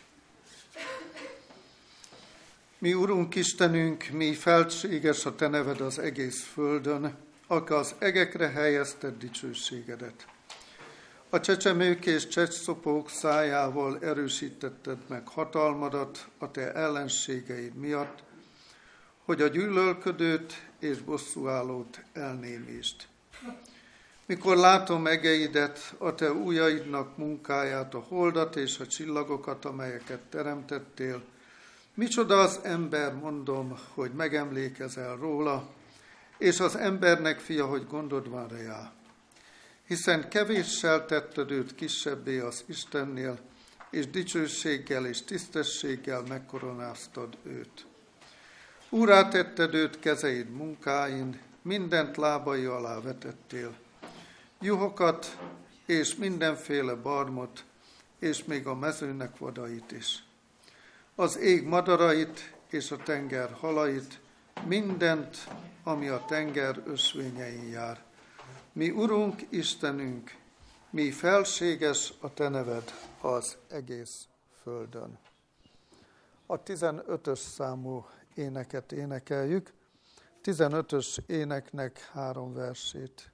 Mi, Urunk Istenünk, mi felséges a te neved az egész földön, aki az egekre helyezted dicsőségedet. A csecsemők és csecsszopók szájával erősítetted meg hatalmadat a te ellenségeid miatt, hogy a gyűlölködőt és bosszúállót elnémítsd. Mikor látom egeidet, a te ujjaidnak munkáját, a holdat és a csillagokat, amelyeket teremtettél, micsoda az ember, mondom, hogy megemlékezel róla, és az embernek fia, hogy gondod van rá. Hiszen kevéssel tetted őt kisebbé az Istennél, és dicsőséggel és tisztességgel megkoronáztad őt. Úrrá tetted őt kezeid munkáin, mindent lábai alá vetettél, juhokat és mindenféle barmot, és még a mezőnek vadait is. Az ég madarait és a tenger halait, mindent, ami a tenger ösvényein jár. Mi, Urunk, Istenünk, mi felséges a te neved az egész földön. A 15-ös számú éneket énekeljük, 15-ös éneknek 3 versét.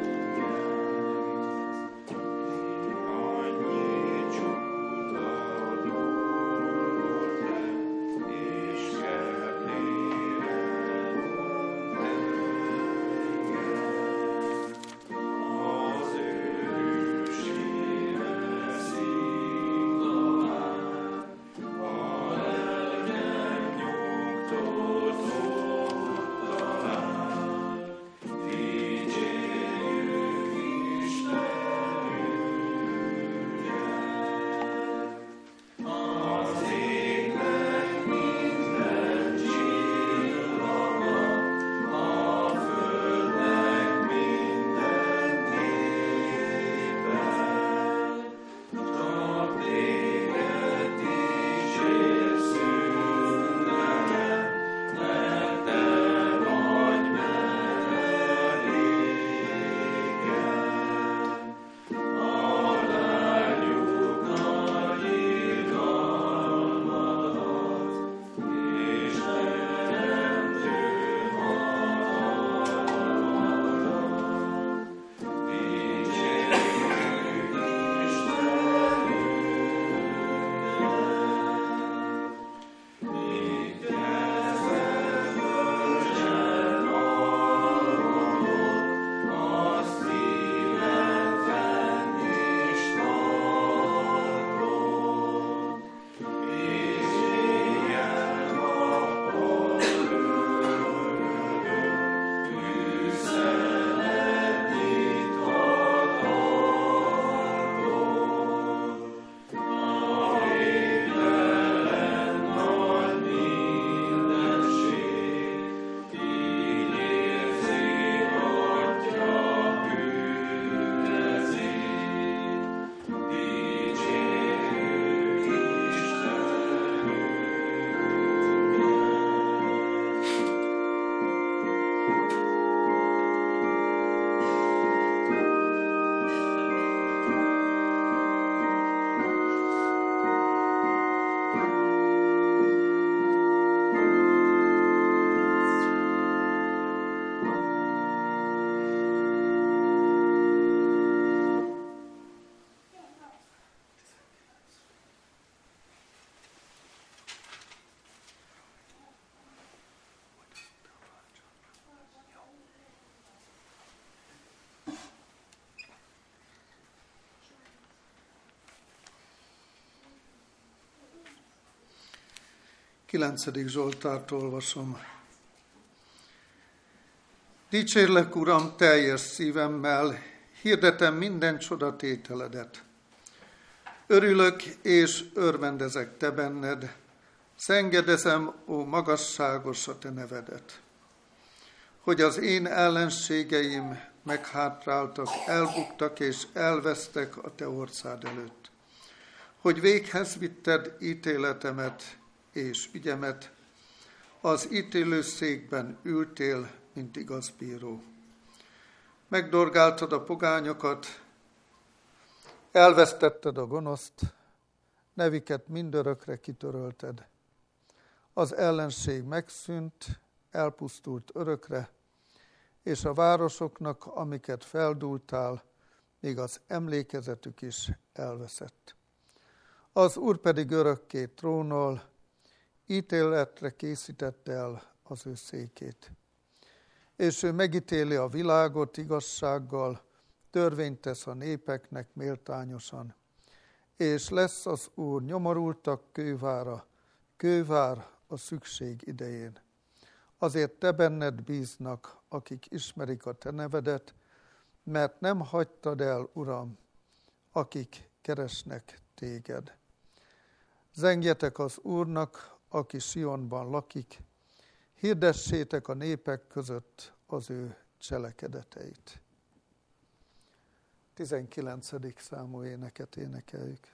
Annyi csuda 9. Zsoltárt olvasom. Dicsérlek, Uram, teljes szívemmel, hirdetem minden csodatételedet. Örülök és örvendezek te benned, szengedezem, ó magasságos a te nevedet. Hogy az én ellenségeim meghátráltak, elbuktak és elvesztek a te orszád előtt. Hogy véghez vitted ítéletemet és ügyemet, az ítélőszékben ültél, mint igaz bíró. Megdorgáltad a pogányokat, elvesztetted a gonoszt, neviket mindörökre kitörölted. Az ellenség megszűnt, elpusztult örökre, és a városoknak, amiket feldúltál, még az emlékezetük is elveszett. Az Úr pedig örökké trónol, ítéletre készítette el az ő székét. És ő megítéli a világot igazsággal, törvényt tesz a népeknek méltányosan. És lesz az Úr nyomorultak kővára, kővár a szükség idején. Azért te benned bíznak, akik ismerik a te nevedet, mert nem hagytad el, Uram, akik keresnek téged. Zengjetek az Úrnak, aki Sionban lakik, hirdessétek a népek között az ő cselekedeteit. 19. számú éneket énekeljük.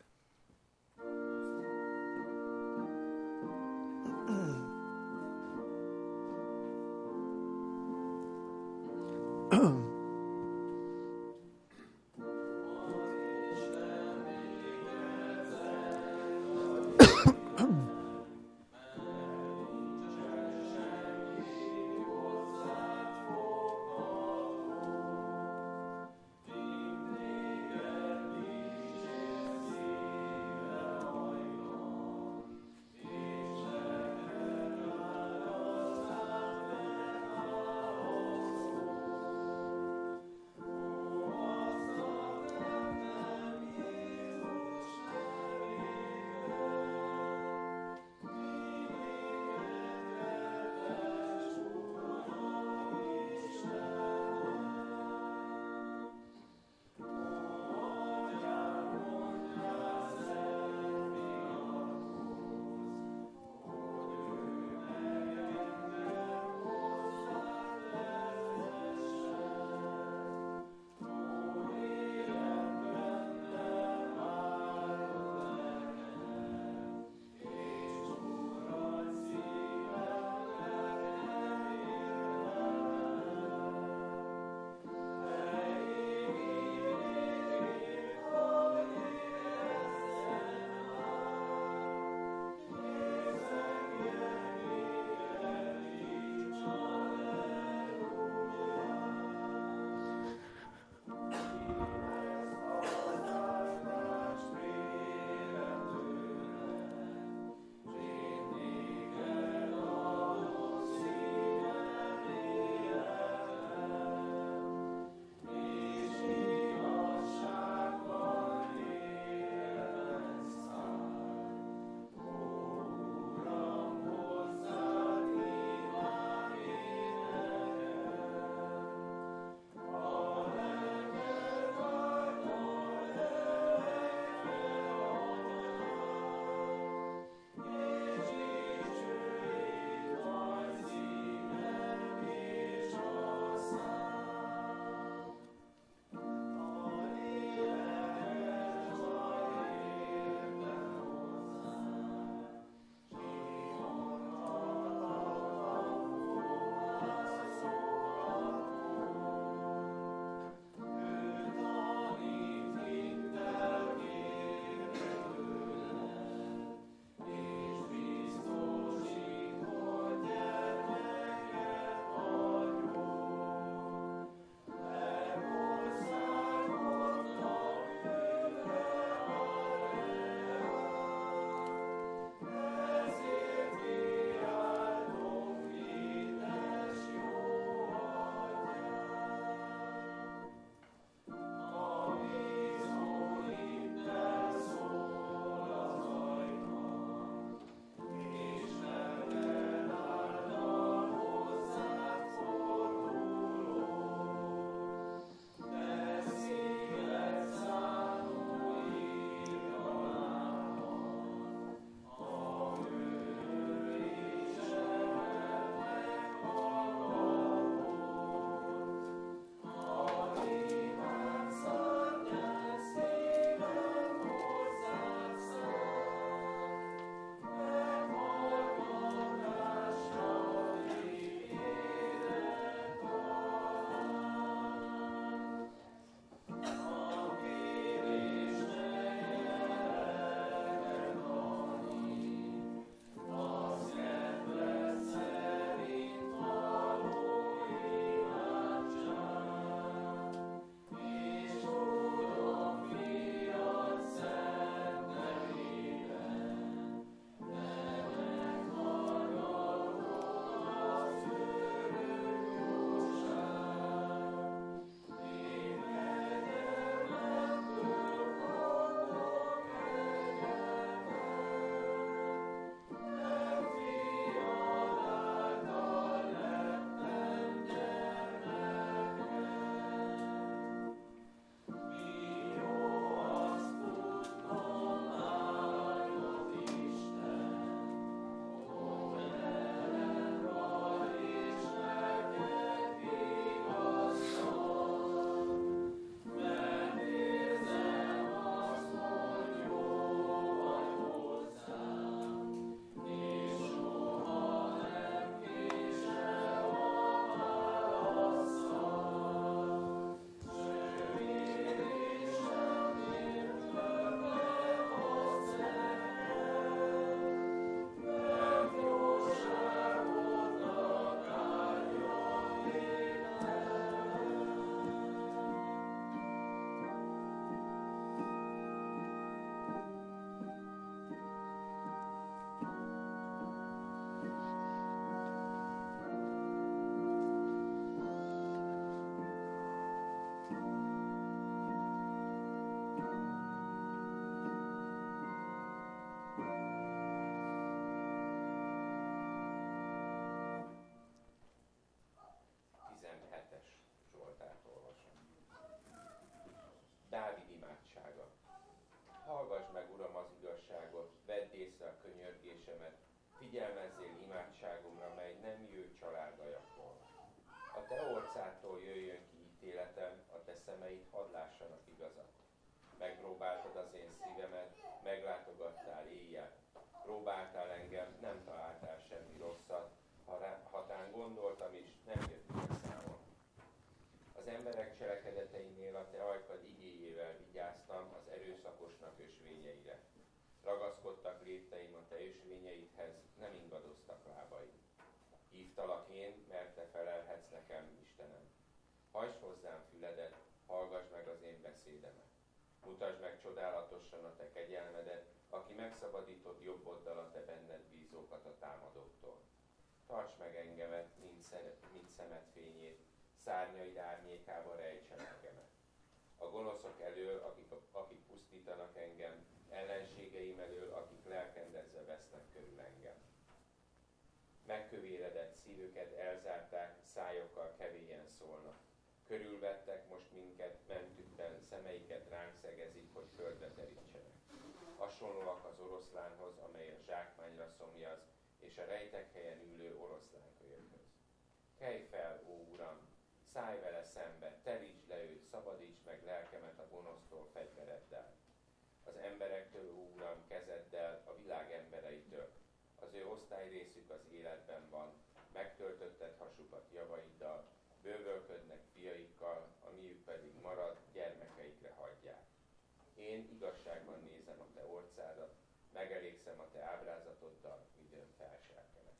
hallgass meg, Uram, az igazságot, vedd észre a könyörgésemet, figyelmezzél imádságomra, mely nem jő családajakból. A te orcától jöjjön ki ítéletem, a te szemeid hadd lássanak igazat. Megpróbáltad az én szívemet, meglátogattál éjjel. Próbáltál engem, nem találtál semmi rosszat, ha tán gondoltam is, nem jött ki számon. Az emberek cselekedeteinél a te ajkad igéjével vigyáztam az erőszakosnak ösvényeire. Ragaszkodtak lépteim a te ösvényeidhez, nem ingadoztak lábaim. Hívtalak én, mert te felelhetsz nekem, Istenem. Hajtsd hozzám füledet, hallgass meg az én beszédemet. Mutasd meg csodálatosan a te kegyelmedet, aki megszabadított jobboddal a te benned bízókat a támadóktól. Tarts meg engemet, mint szemed fényét, szárnyaid árnyékába rejtsen engemet. A gonoszok elől, akik pusztítanak engem, ellenségeim elől, akik lelkendezve vesznek körül engem. Megkövéredett szívüket elzárták, szájokkal kevélyen szólnak. Körülvettek most minket, mentükben, szemeiket ránk szegezik, hogy földre terítsenek. Hasonlóak az oroszlánhoz, amely a zsákmányra szomjaz, és a rejtek helyen ülő oroszlánkölyökhöz. Kelj fel, ó Uram, szállj vele szembe, terítsd le őt, szabadítsd meg lelkemet a gonosztól fegyvereddel. Az emberektől, ó Uram, kezeddel, a világ embereitől. Az ő osztályrészük az életben van, megtöltötted hasukat javaiddal, bővölködnek fiaikkal, a miük pedig marad, gyermekeikre hagyják. Én igazságban nézem a te orcádat, megelégszem a te ábrázatoddal, midőn felselkelek.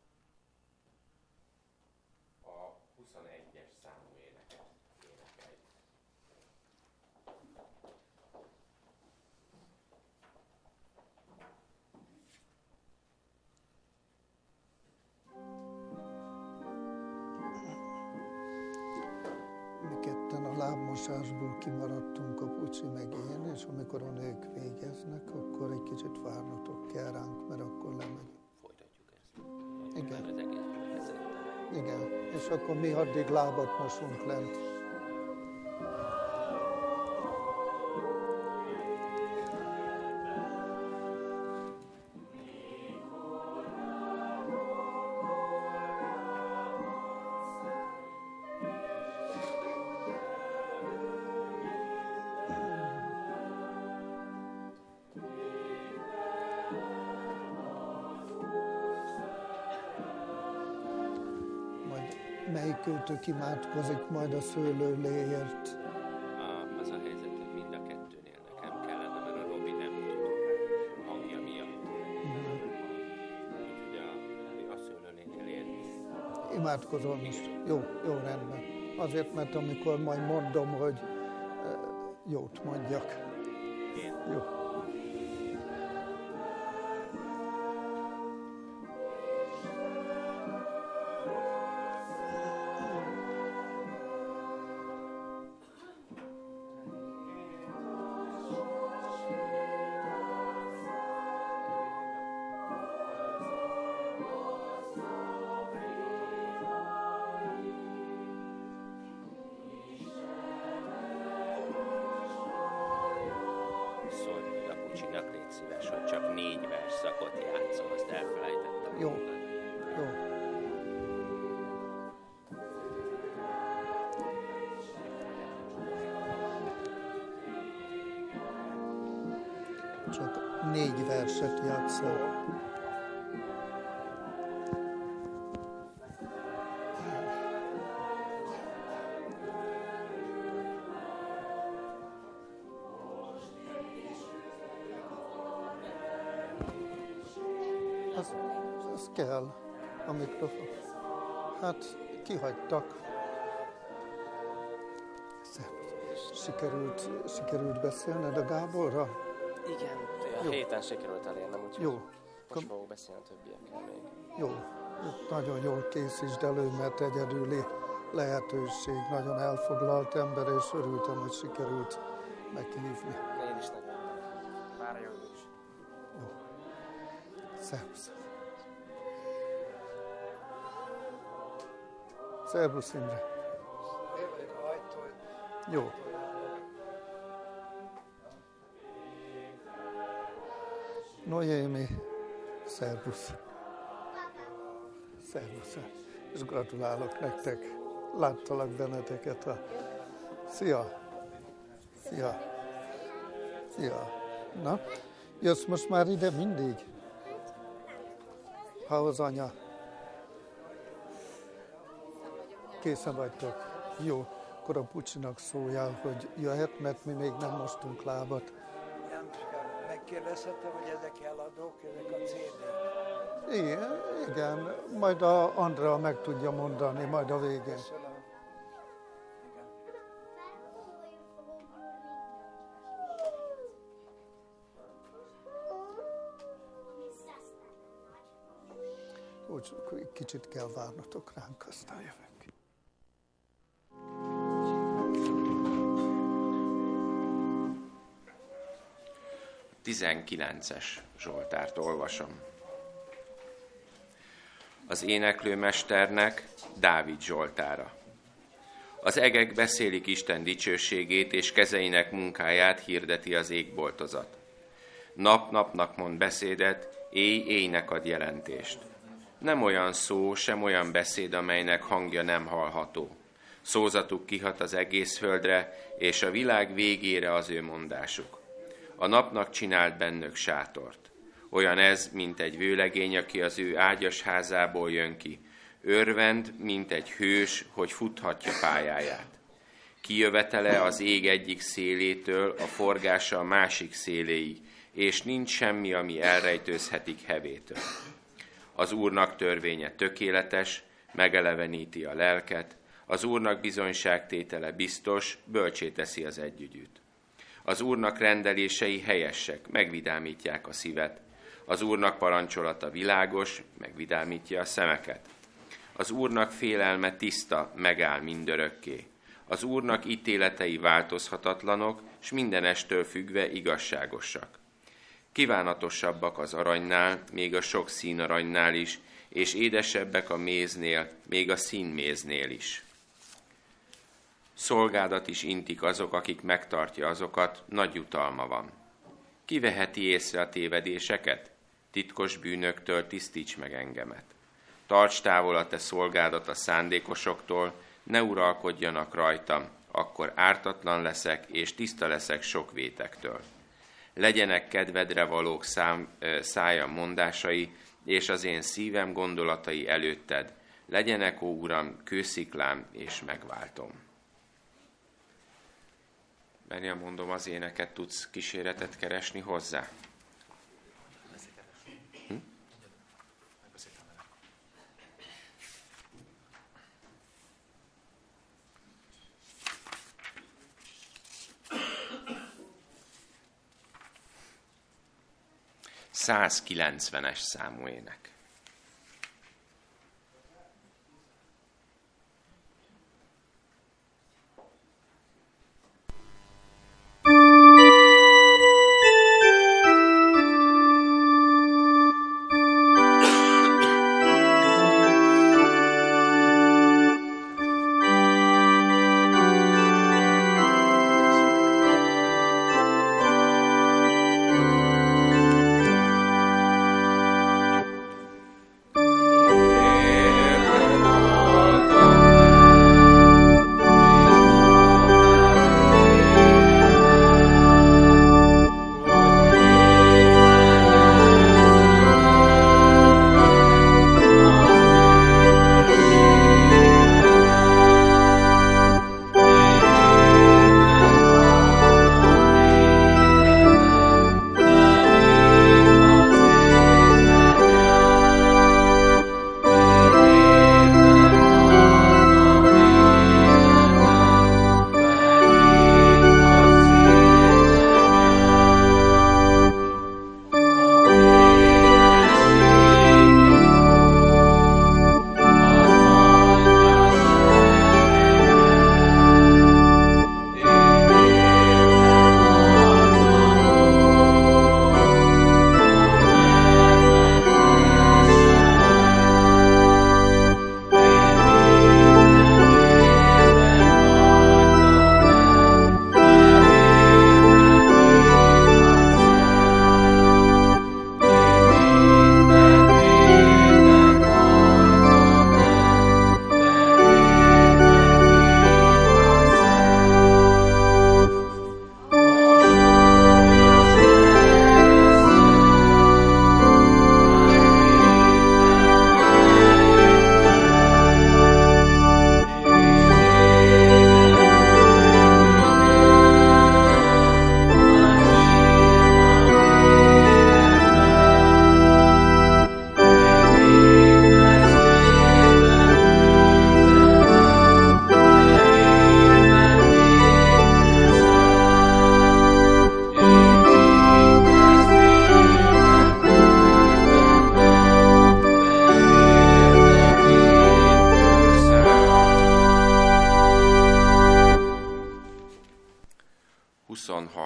A 21-es számú éneket énekeljük. A lábmosásból kimaradtunk, a Pucsi meg én, és amikor a nők végeznek, akkor egy kicsit várnotok kell ránk, mert akkor lemegyünk. Folytatjuk ezt. Igen. Az egész Igen, és akkor mi addig lábat mosunk lent. Melyikőtök imádkozik majd a szőlőléért? Az a helyzet, hogy mind a kettőnél nekem kellene, mert a Robi nem tud a hangja miatt. Úgyhogy a szőlőlénél érni. Imádkozol most? Jó, rendben. Azért, mert amikor majd mondom, hogy jót mondjak. Jó. Csak 4 versszakot játszom, azt elfelejtettem. Jó. Csak 4 verset játszol. Az kell a mikrofon. Hát kihagytak. Sikerült beszélned a Gáborra? Igen, a héten sikerült elérnem, úgyhogy jó. Most fogok beszélni a többiekkel még. Jó, nagyon jól készítsd elő, mert egyedüli lehetőség, nagyon elfoglalt ember, és örültem, hogy sikerült meghívni. Én is nagyon. Várja ő is. Jó. Szervusz. Szervusz, Imre. Én vagyok a ajtó. Jó. Noémi, szervusz. Szervusz. És gratulálok nektek. Láttalak benneteket. Szia. Szia. Szia. Na, jössz most már ide mindig? Ha az anya. Készen vagytok? Jó. Akkor a Pucsinak szóljál, hogy jöhet, mert mi még nem mostunk lábat. Jánoskám, megkérdezhetem, hogy ezek eladók, ezek a CD-k? Igen, majd a Andrea meg tudja mondani, majd a végén. Köszönöm. Úgy kicsit kell várnotok ránk, aztán jövök. A 19-es Zsoltárt olvasom. Az éneklőmesternek, Dávid Zsoltára. Az egek beszélik Isten dicsőségét, és kezeinek munkáját hirdeti az égboltozat. Nap-napnak mond beszédet, éjnek ad jelentést. Nem olyan szó, sem olyan beszéd, amelynek hangja nem hallható. Szózatuk kihat az egész földre, és a világ végére az ő mondásuk. A napnak csinált bennük sátort. Olyan ez, mint egy vőlegény, aki az ő ágyas házából jön ki. Örvend, mint egy hős, hogy futhatja pályáját. Kijövetele az ég egyik szélétől, a forgása a másik széléig, és nincs semmi, ami elrejtőzhetik hevétől. Az Úrnak törvénye tökéletes, megeleveníti a lelket, az Úrnak bizonyságtétele biztos, bölcsé teszi az együgyűt. Az Úrnak rendelései helyesek, megvidámítják a szívet. Az Úrnak parancsolata világos, megvidámítja a szemeket. Az Úrnak félelme tiszta, megáll mindörökké. Az Úrnak ítéletei változhatatlanok, s mindenestől függve igazságosak. Kívánatosabbak az aranynál, még a sok színaranynál is, és édesebbek a méznél, még a színméznél is. Szolgádat is intik azok, akik megtartja azokat, nagy jutalma van. Ki veheti észre a tévedéseket? Titkos bűnöktől tisztíts meg engemet. Tarts távol a te szolgádat a szándékosoktól, ne uralkodjanak rajtam, akkor ártatlan leszek, és tiszta leszek sok vétektől. Legyenek kedvedre valók szájam mondásai, és az én szívem gondolatai előtted. Legyenek, ó Uram, kősziklám, és megváltom. Merjem, mondom, az éneket tudsz kíséretet keresni hozzá? Hm? 190-es számú ének.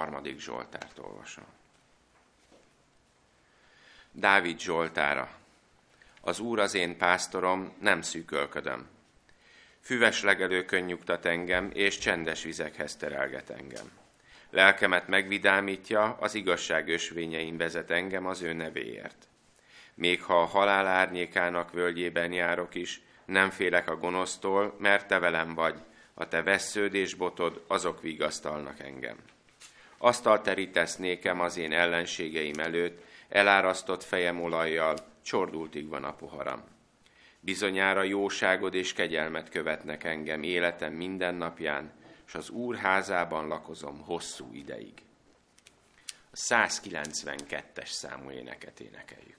3. Zsoltárt olvasom. Dávid Zsoltára. Az Úr az én pásztorom, nem szűkölködöm. Füves legelőkön nyugtat engem, és csendes vizekhez terelget engem. Lelkemet megvidámítja, az igazság ösvényein vezet engem az ő nevéért. Még ha a halál árnyékának völgyében járok is, nem félek a gonosztól, mert te velem vagy, a te vessződ és botod, azok vigasztalnak engem. Asztalt terítesz nékem az én ellenségeim előtt, elárasztott fejem olajjal, csordultig van a poharam. Bizonyára jóságod és kegyelmet követnek engem életem minden napján, és az Úr házában lakozom hosszú ideig. A 192-es számú éneket énekeljük.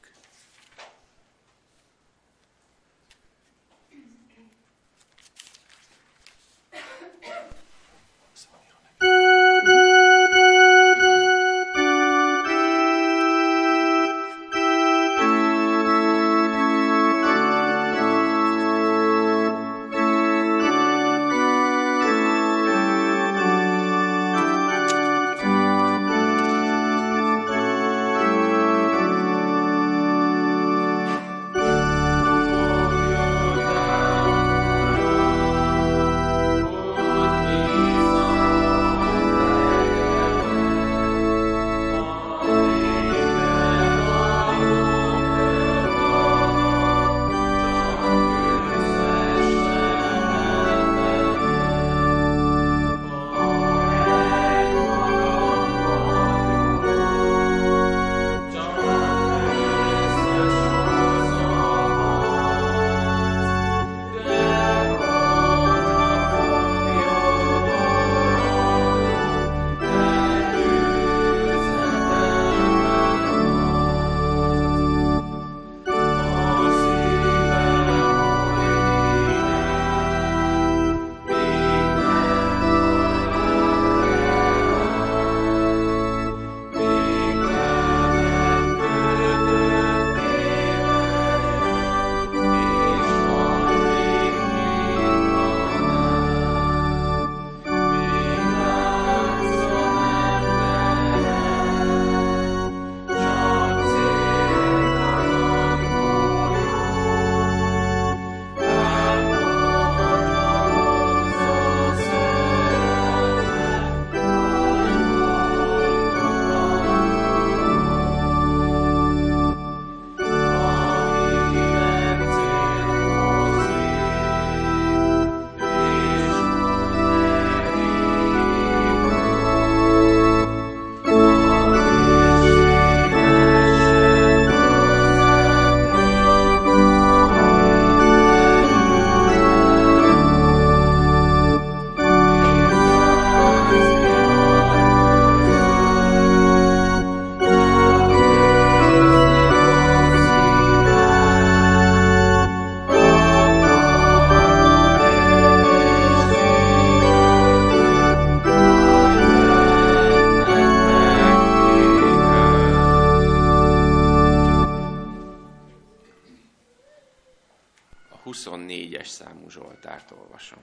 A 24-es számú Zsoltárt olvasom.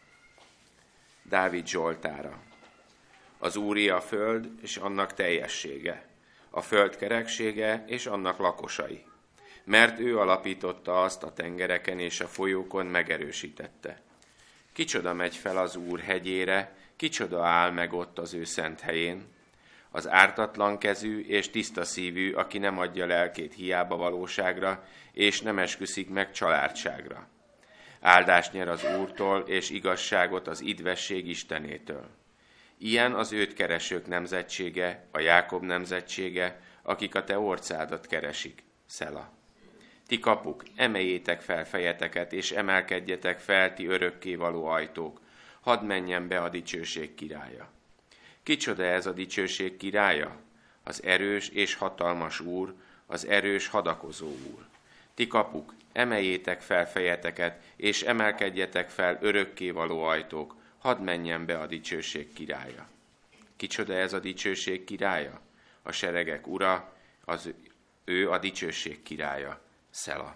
Dávid Zsoltára. Az Úré a föld és annak teljessége, a föld kereksége és annak lakosai. Mert ő alapította azt a tengereken és a folyókon megerősítette. Kicsoda megy fel az Úr hegyére, kicsoda áll meg ott az ő szent helyén. Az ártatlan kezű és tiszta szívű, aki nem adja lelkét hiába valóságra, és nem esküszik meg családságra. Áldást nyer az Úrtól, és igazságot az idvesség Istenétől. Ilyen az őt keresők nemzetsége, a Jákob nemzetsége, akik a te orcádat keresik. Szela. Ti kapuk, emeljétek fel fejeteket, és emelkedjetek fel, ti örökkévaló ajtók. Hadd menjen be a dicsőség királya. Kicsoda ez a dicsőség királya? Az erős és hatalmas Úr, az erős hadakozó Úr. Ti kapuk, emeljétek fel fejeteket, és emelkedjetek fel örökkévaló ajtók. Hadd menjen be a dicsőség királya. Kicsoda ez a dicsőség királya? A seregek ura, ő a dicsőség királya. Szela.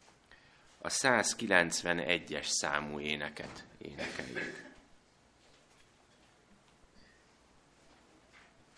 A 191-es számú éneket énekeljük.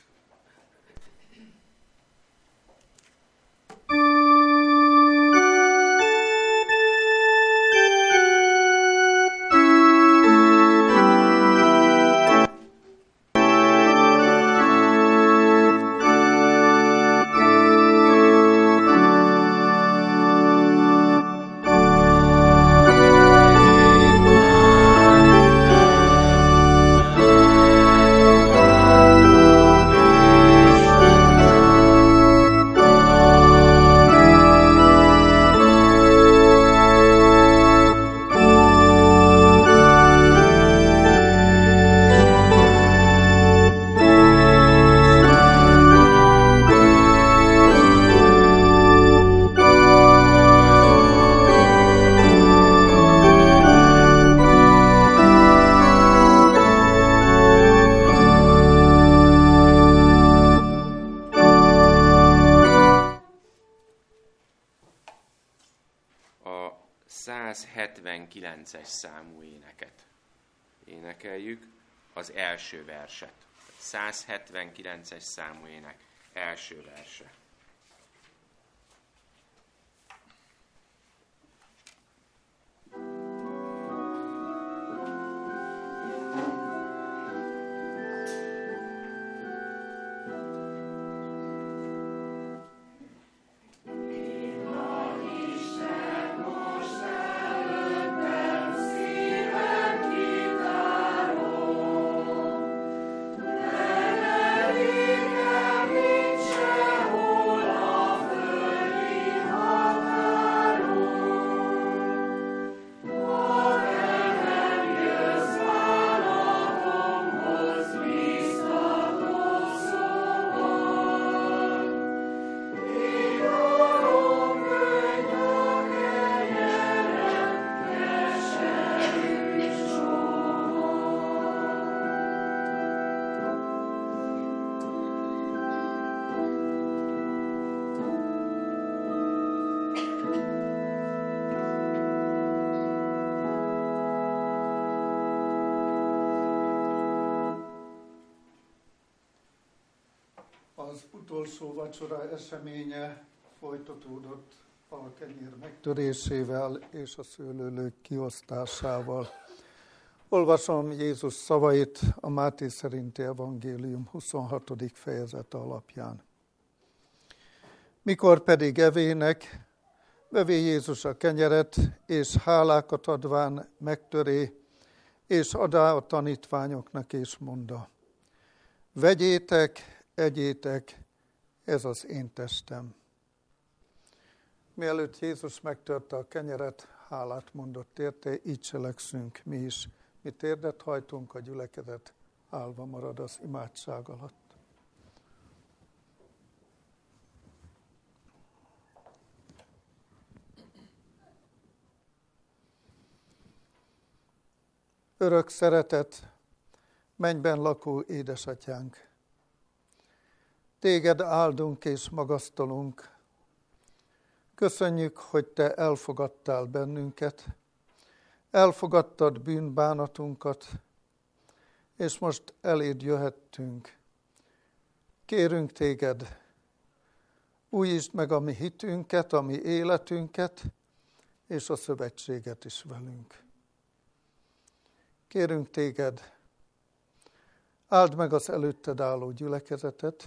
179-es számú éneket énekeljük, az első verset. 179-es számú ének első verse. Az utolsó vacsora eseménye folytatódott a kenyér megtörésével és a szőlőlők kiosztásával. Olvasom Jézus szavait a Máté szerinti evangélium 26. fejezete alapján. Mikor pedig evének, vevé Jézus a kenyeret, és hálákat adván megtöré, és adá a tanítványoknak, és mondta: vegyétek, egyétek, ez az én testem. Mielőtt Jézus megtörte a kenyeret, hálát mondott érte, így cselekszünk mi is. Mi térdet hajtunk, a gyülekezet állva marad az imádság alatt. Örök szeretet, mennyben lakó édesatyánk! Téged áldunk és magasztalunk. Köszönjük, hogy Te elfogadtál bennünket, elfogadtad bűnbánatunkat, és most eléd jöhettünk. Kérünk Téged, újítsd meg a mi hitünket, a mi életünket, és a szövetséget is velünk. Kérünk Téged, áld meg az előtted álló gyülekezetet,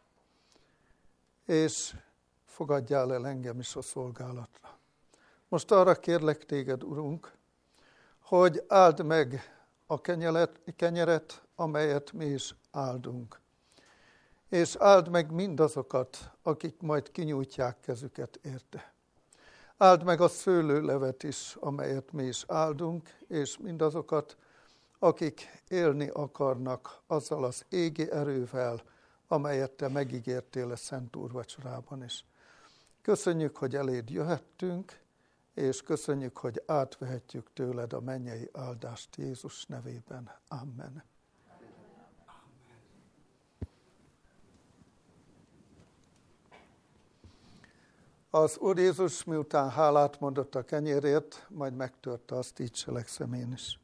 és fogadjál el engem is a szolgálatra. Most arra kérlek Téged, Urunk, hogy áld meg a kenyeret, amelyet mi is áldunk. És áld meg mindazokat, akik majd kinyújtják kezüket érte. Áld meg a szőlőlevet is, amelyet mi is áldunk, és mindazokat, akik élni akarnak azzal az égi erővel, amelyet Te megígértél a Szent Úrvacsorában is. Köszönjük, hogy eléd jöhettünk, és köszönjük, hogy átvehetjük tőled a mennyei áldást Jézus nevében. Amen. Az Úr Jézus miután hálát mondott a kenyérért, majd megtörte azt, így cselekszem én is.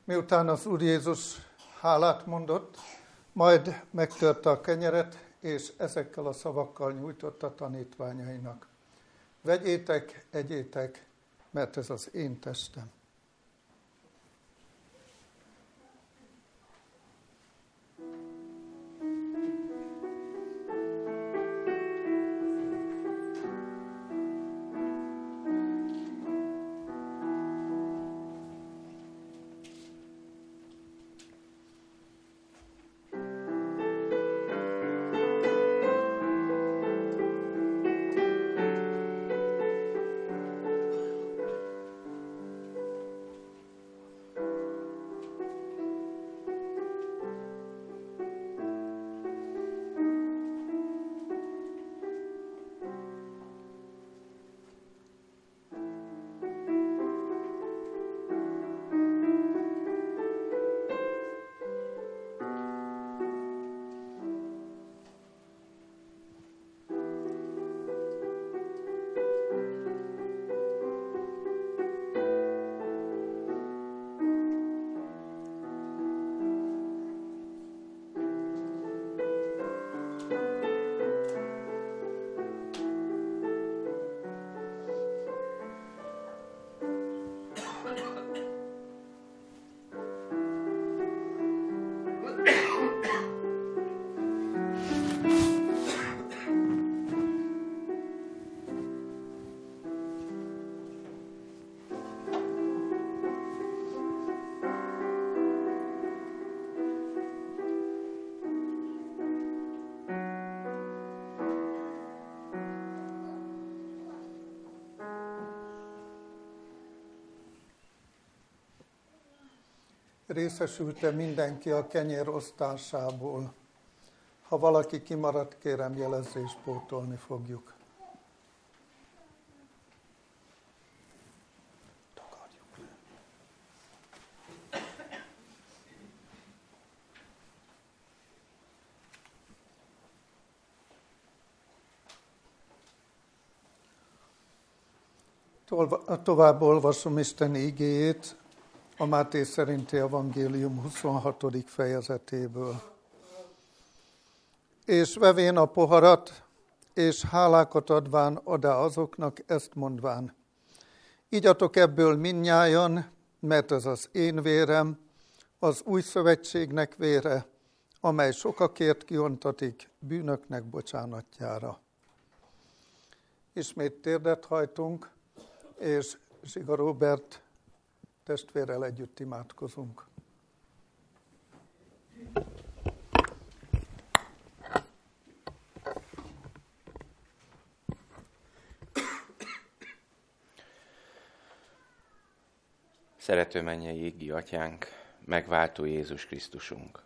Miután az Úr Jézus hálát mondott, majd megtörte a kenyeret, és ezekkel a szavakkal nyújtotta tanítványainak. Vegyétek, egyétek, mert ez az én testem. Részesült-e mindenki a kenyér osztásából? Ha valaki kimaradt, kérem jelezze, és pótolni fogjuk. Tovább olvasom Isten igéjét a Máté szerinti evangélium 26. fejezetéből. És vevén a poharat, és hálákat adván adá azoknak, ezt mondván: igyatok ebből mindnyájan, mert ez az én vérem, az új szövetségnek vére, amely sokakért kiontatik bűnöknek bocsánatjára. Ismét térdet hajtunk, és Zsiga Róbert testvérrel együtt imádkozunk. Szerető mennyei égi atyánk, megváltó Jézus Krisztusunk.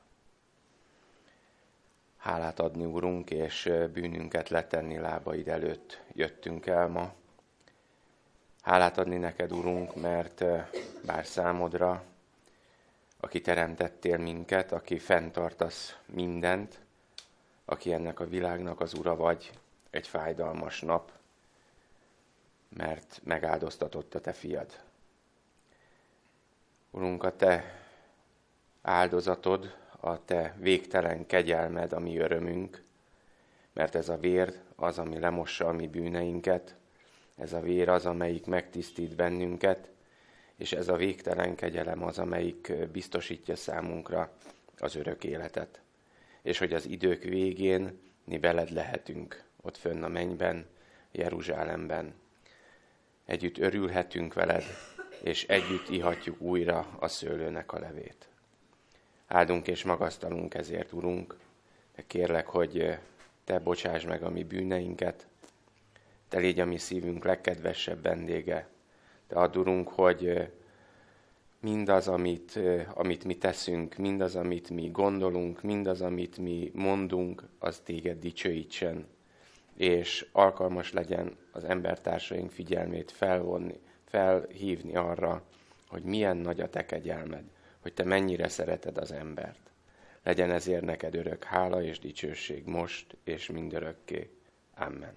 Hálát adni, Urunk, és bűnünket letenni lábaid előtt jöttünk el ma. Hálát adni neked, Urunk, mert bár számodra, aki teremtettél minket, aki fenntartasz mindent, aki ennek a világnak az ura vagy, egy fájdalmas nap, mert megáldoztatott a te fiad. Urunk, a te áldozatod, a te végtelen kegyelmed a mi örömünk, mert ez a vér az, ami lemossa a mi bűneinket, ez a vér az, amelyik megtisztít bennünket, és ez a végtelen kegyelem az, amelyik biztosítja számunkra az örök életet. És hogy az idők végén mi veled lehetünk ott fönn a mennyben, Jeruzsálemben. Együtt örülhetünk veled, és együtt ihatjuk újra a szőlőnek a levét. Áldunk és magasztalunk ezért, Urunk, de kérlek, hogy te bocsáss meg a mi bűneinket, te légy a mi szívünk legkedvesebb vendége. Te add, Urunk, hogy mindaz, amit mi teszünk, mindaz, amit mi gondolunk, mindaz, amit mi mondunk, az téged dicsőítsen, és alkalmas legyen az embertársaink figyelmét felhívni arra, hogy milyen nagy a te kegyelmed, hogy te mennyire szereted az embert. Legyen ezért neked örök hála és dicsőség most és mindörökké. Amen.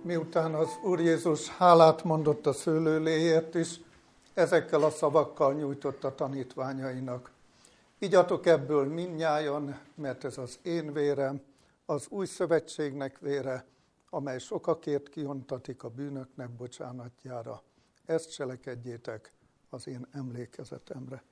miután az Úr Jézus hálát mondott a szőlőléért is, ezekkel a szavakkal nyújtott a tanítványainak. Igyatok ebből mindnyájan, mert ez az én vérem, az új szövetségnek vére, amely sokakért kiontatik a bűnöknek bocsánatjára. Ezt cselekedjétek az én emlékezetemre.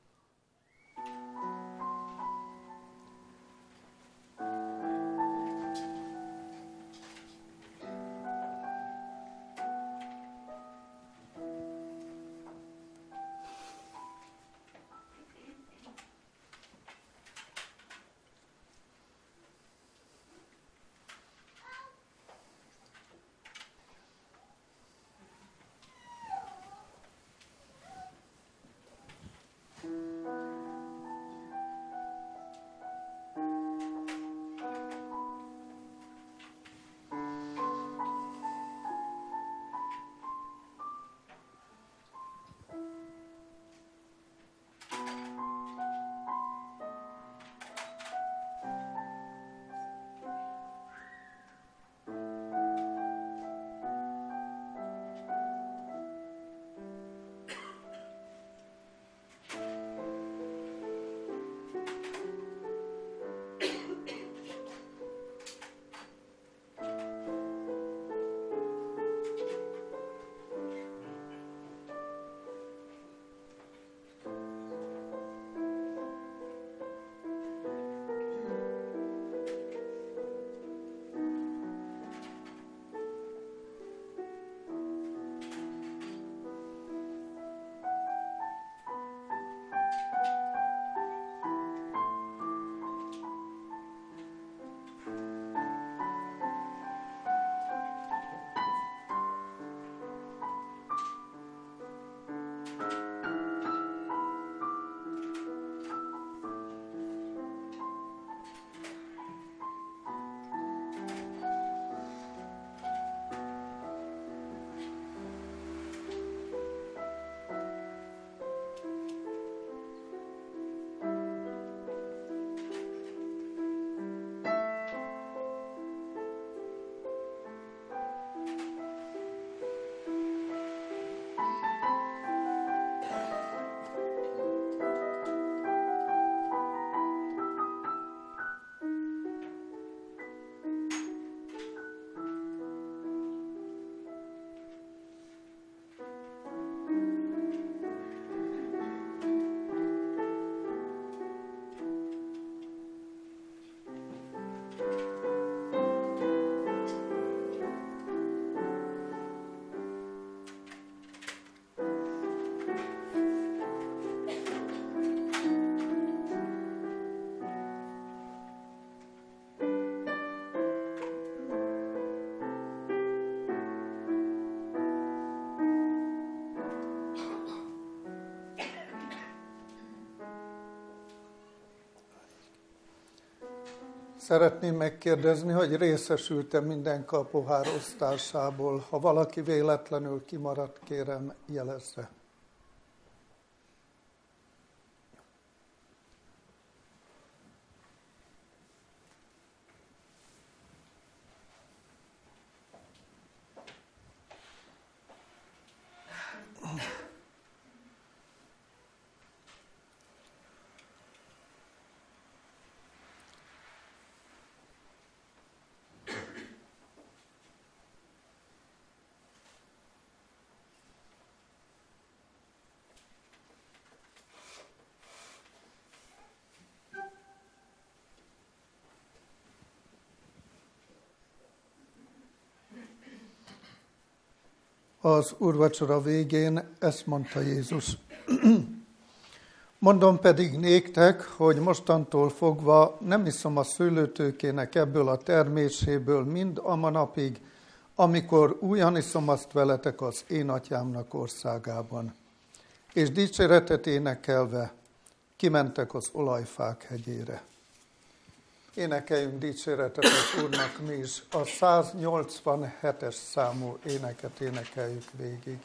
Szeretném megkérdezni, hogy részesült-e mindenki a pohár osztásából. Ha valaki véletlenül kimaradt, kérem, jelezze. Az úrvacsora végén ezt mondta Jézus. Mondom pedig néktek, hogy mostantól fogva nem iszom a szőlőtőkének ebből a terméséből mind a manapig, amikor újan iszom azt veletek az én atyámnak országában. És dicséretet énekelve kimentek az olajfák hegyére. Énekeljünk dicséretet az Úrnak mi is. A 187-es számú éneket énekeljük végig.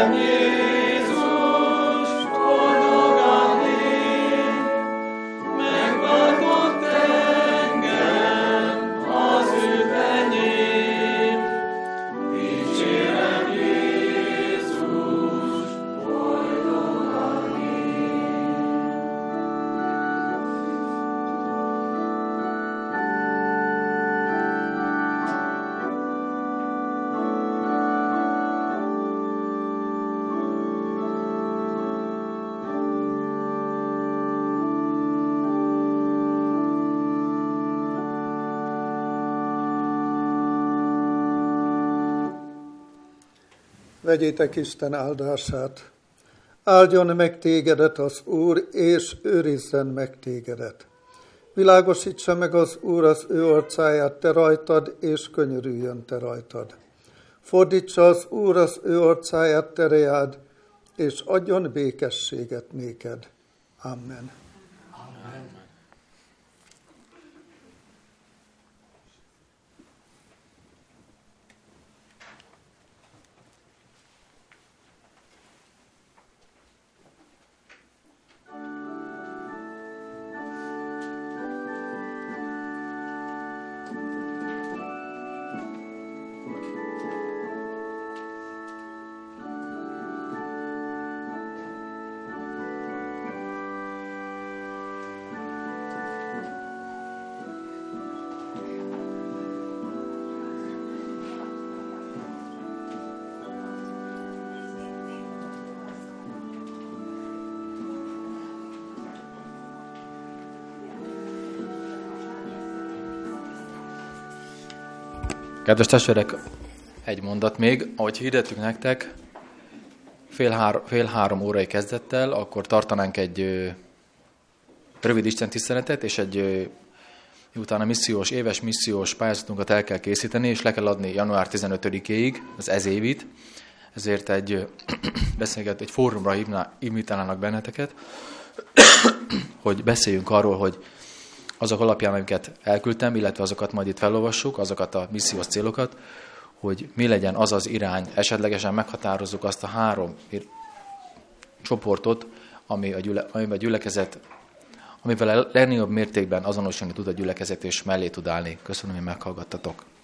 Vegyétek Isten áldását. Áldjon meg tégedet az Úr, és őrizzen meg tégedet. Világosítsa meg az Úr az ő orcáját te rajtad, és könyörüljön te rajtad. Fordítsa az Úr az ő orcáját te reád, és adjon békességet néked. Amen. Kedves testvérek, egy mondat még. Ahogy hirdettük nektek, fél három órai kezdettel, akkor tartanánk egy rövid istentiszteletet, és miután éves missziós pályázatunkat el kell készíteni, és le kell adni január 15-éig, az évit, ezért egy fórumra invitálnának benneteket, hogy beszéljünk arról, hogy azok alapján, amiket elküldtem, illetve azokat majd itt felolvassuk, azokat a missziós célokat, hogy mi legyen az az irány, esetlegesen meghatározzuk azt a 3 csoportot, amivel a gyülekezet, amivel a legnagyobb mértékben azonosulni tud a gyülekezet, és mellé tud állni. Köszönöm, hogy meghallgattatok.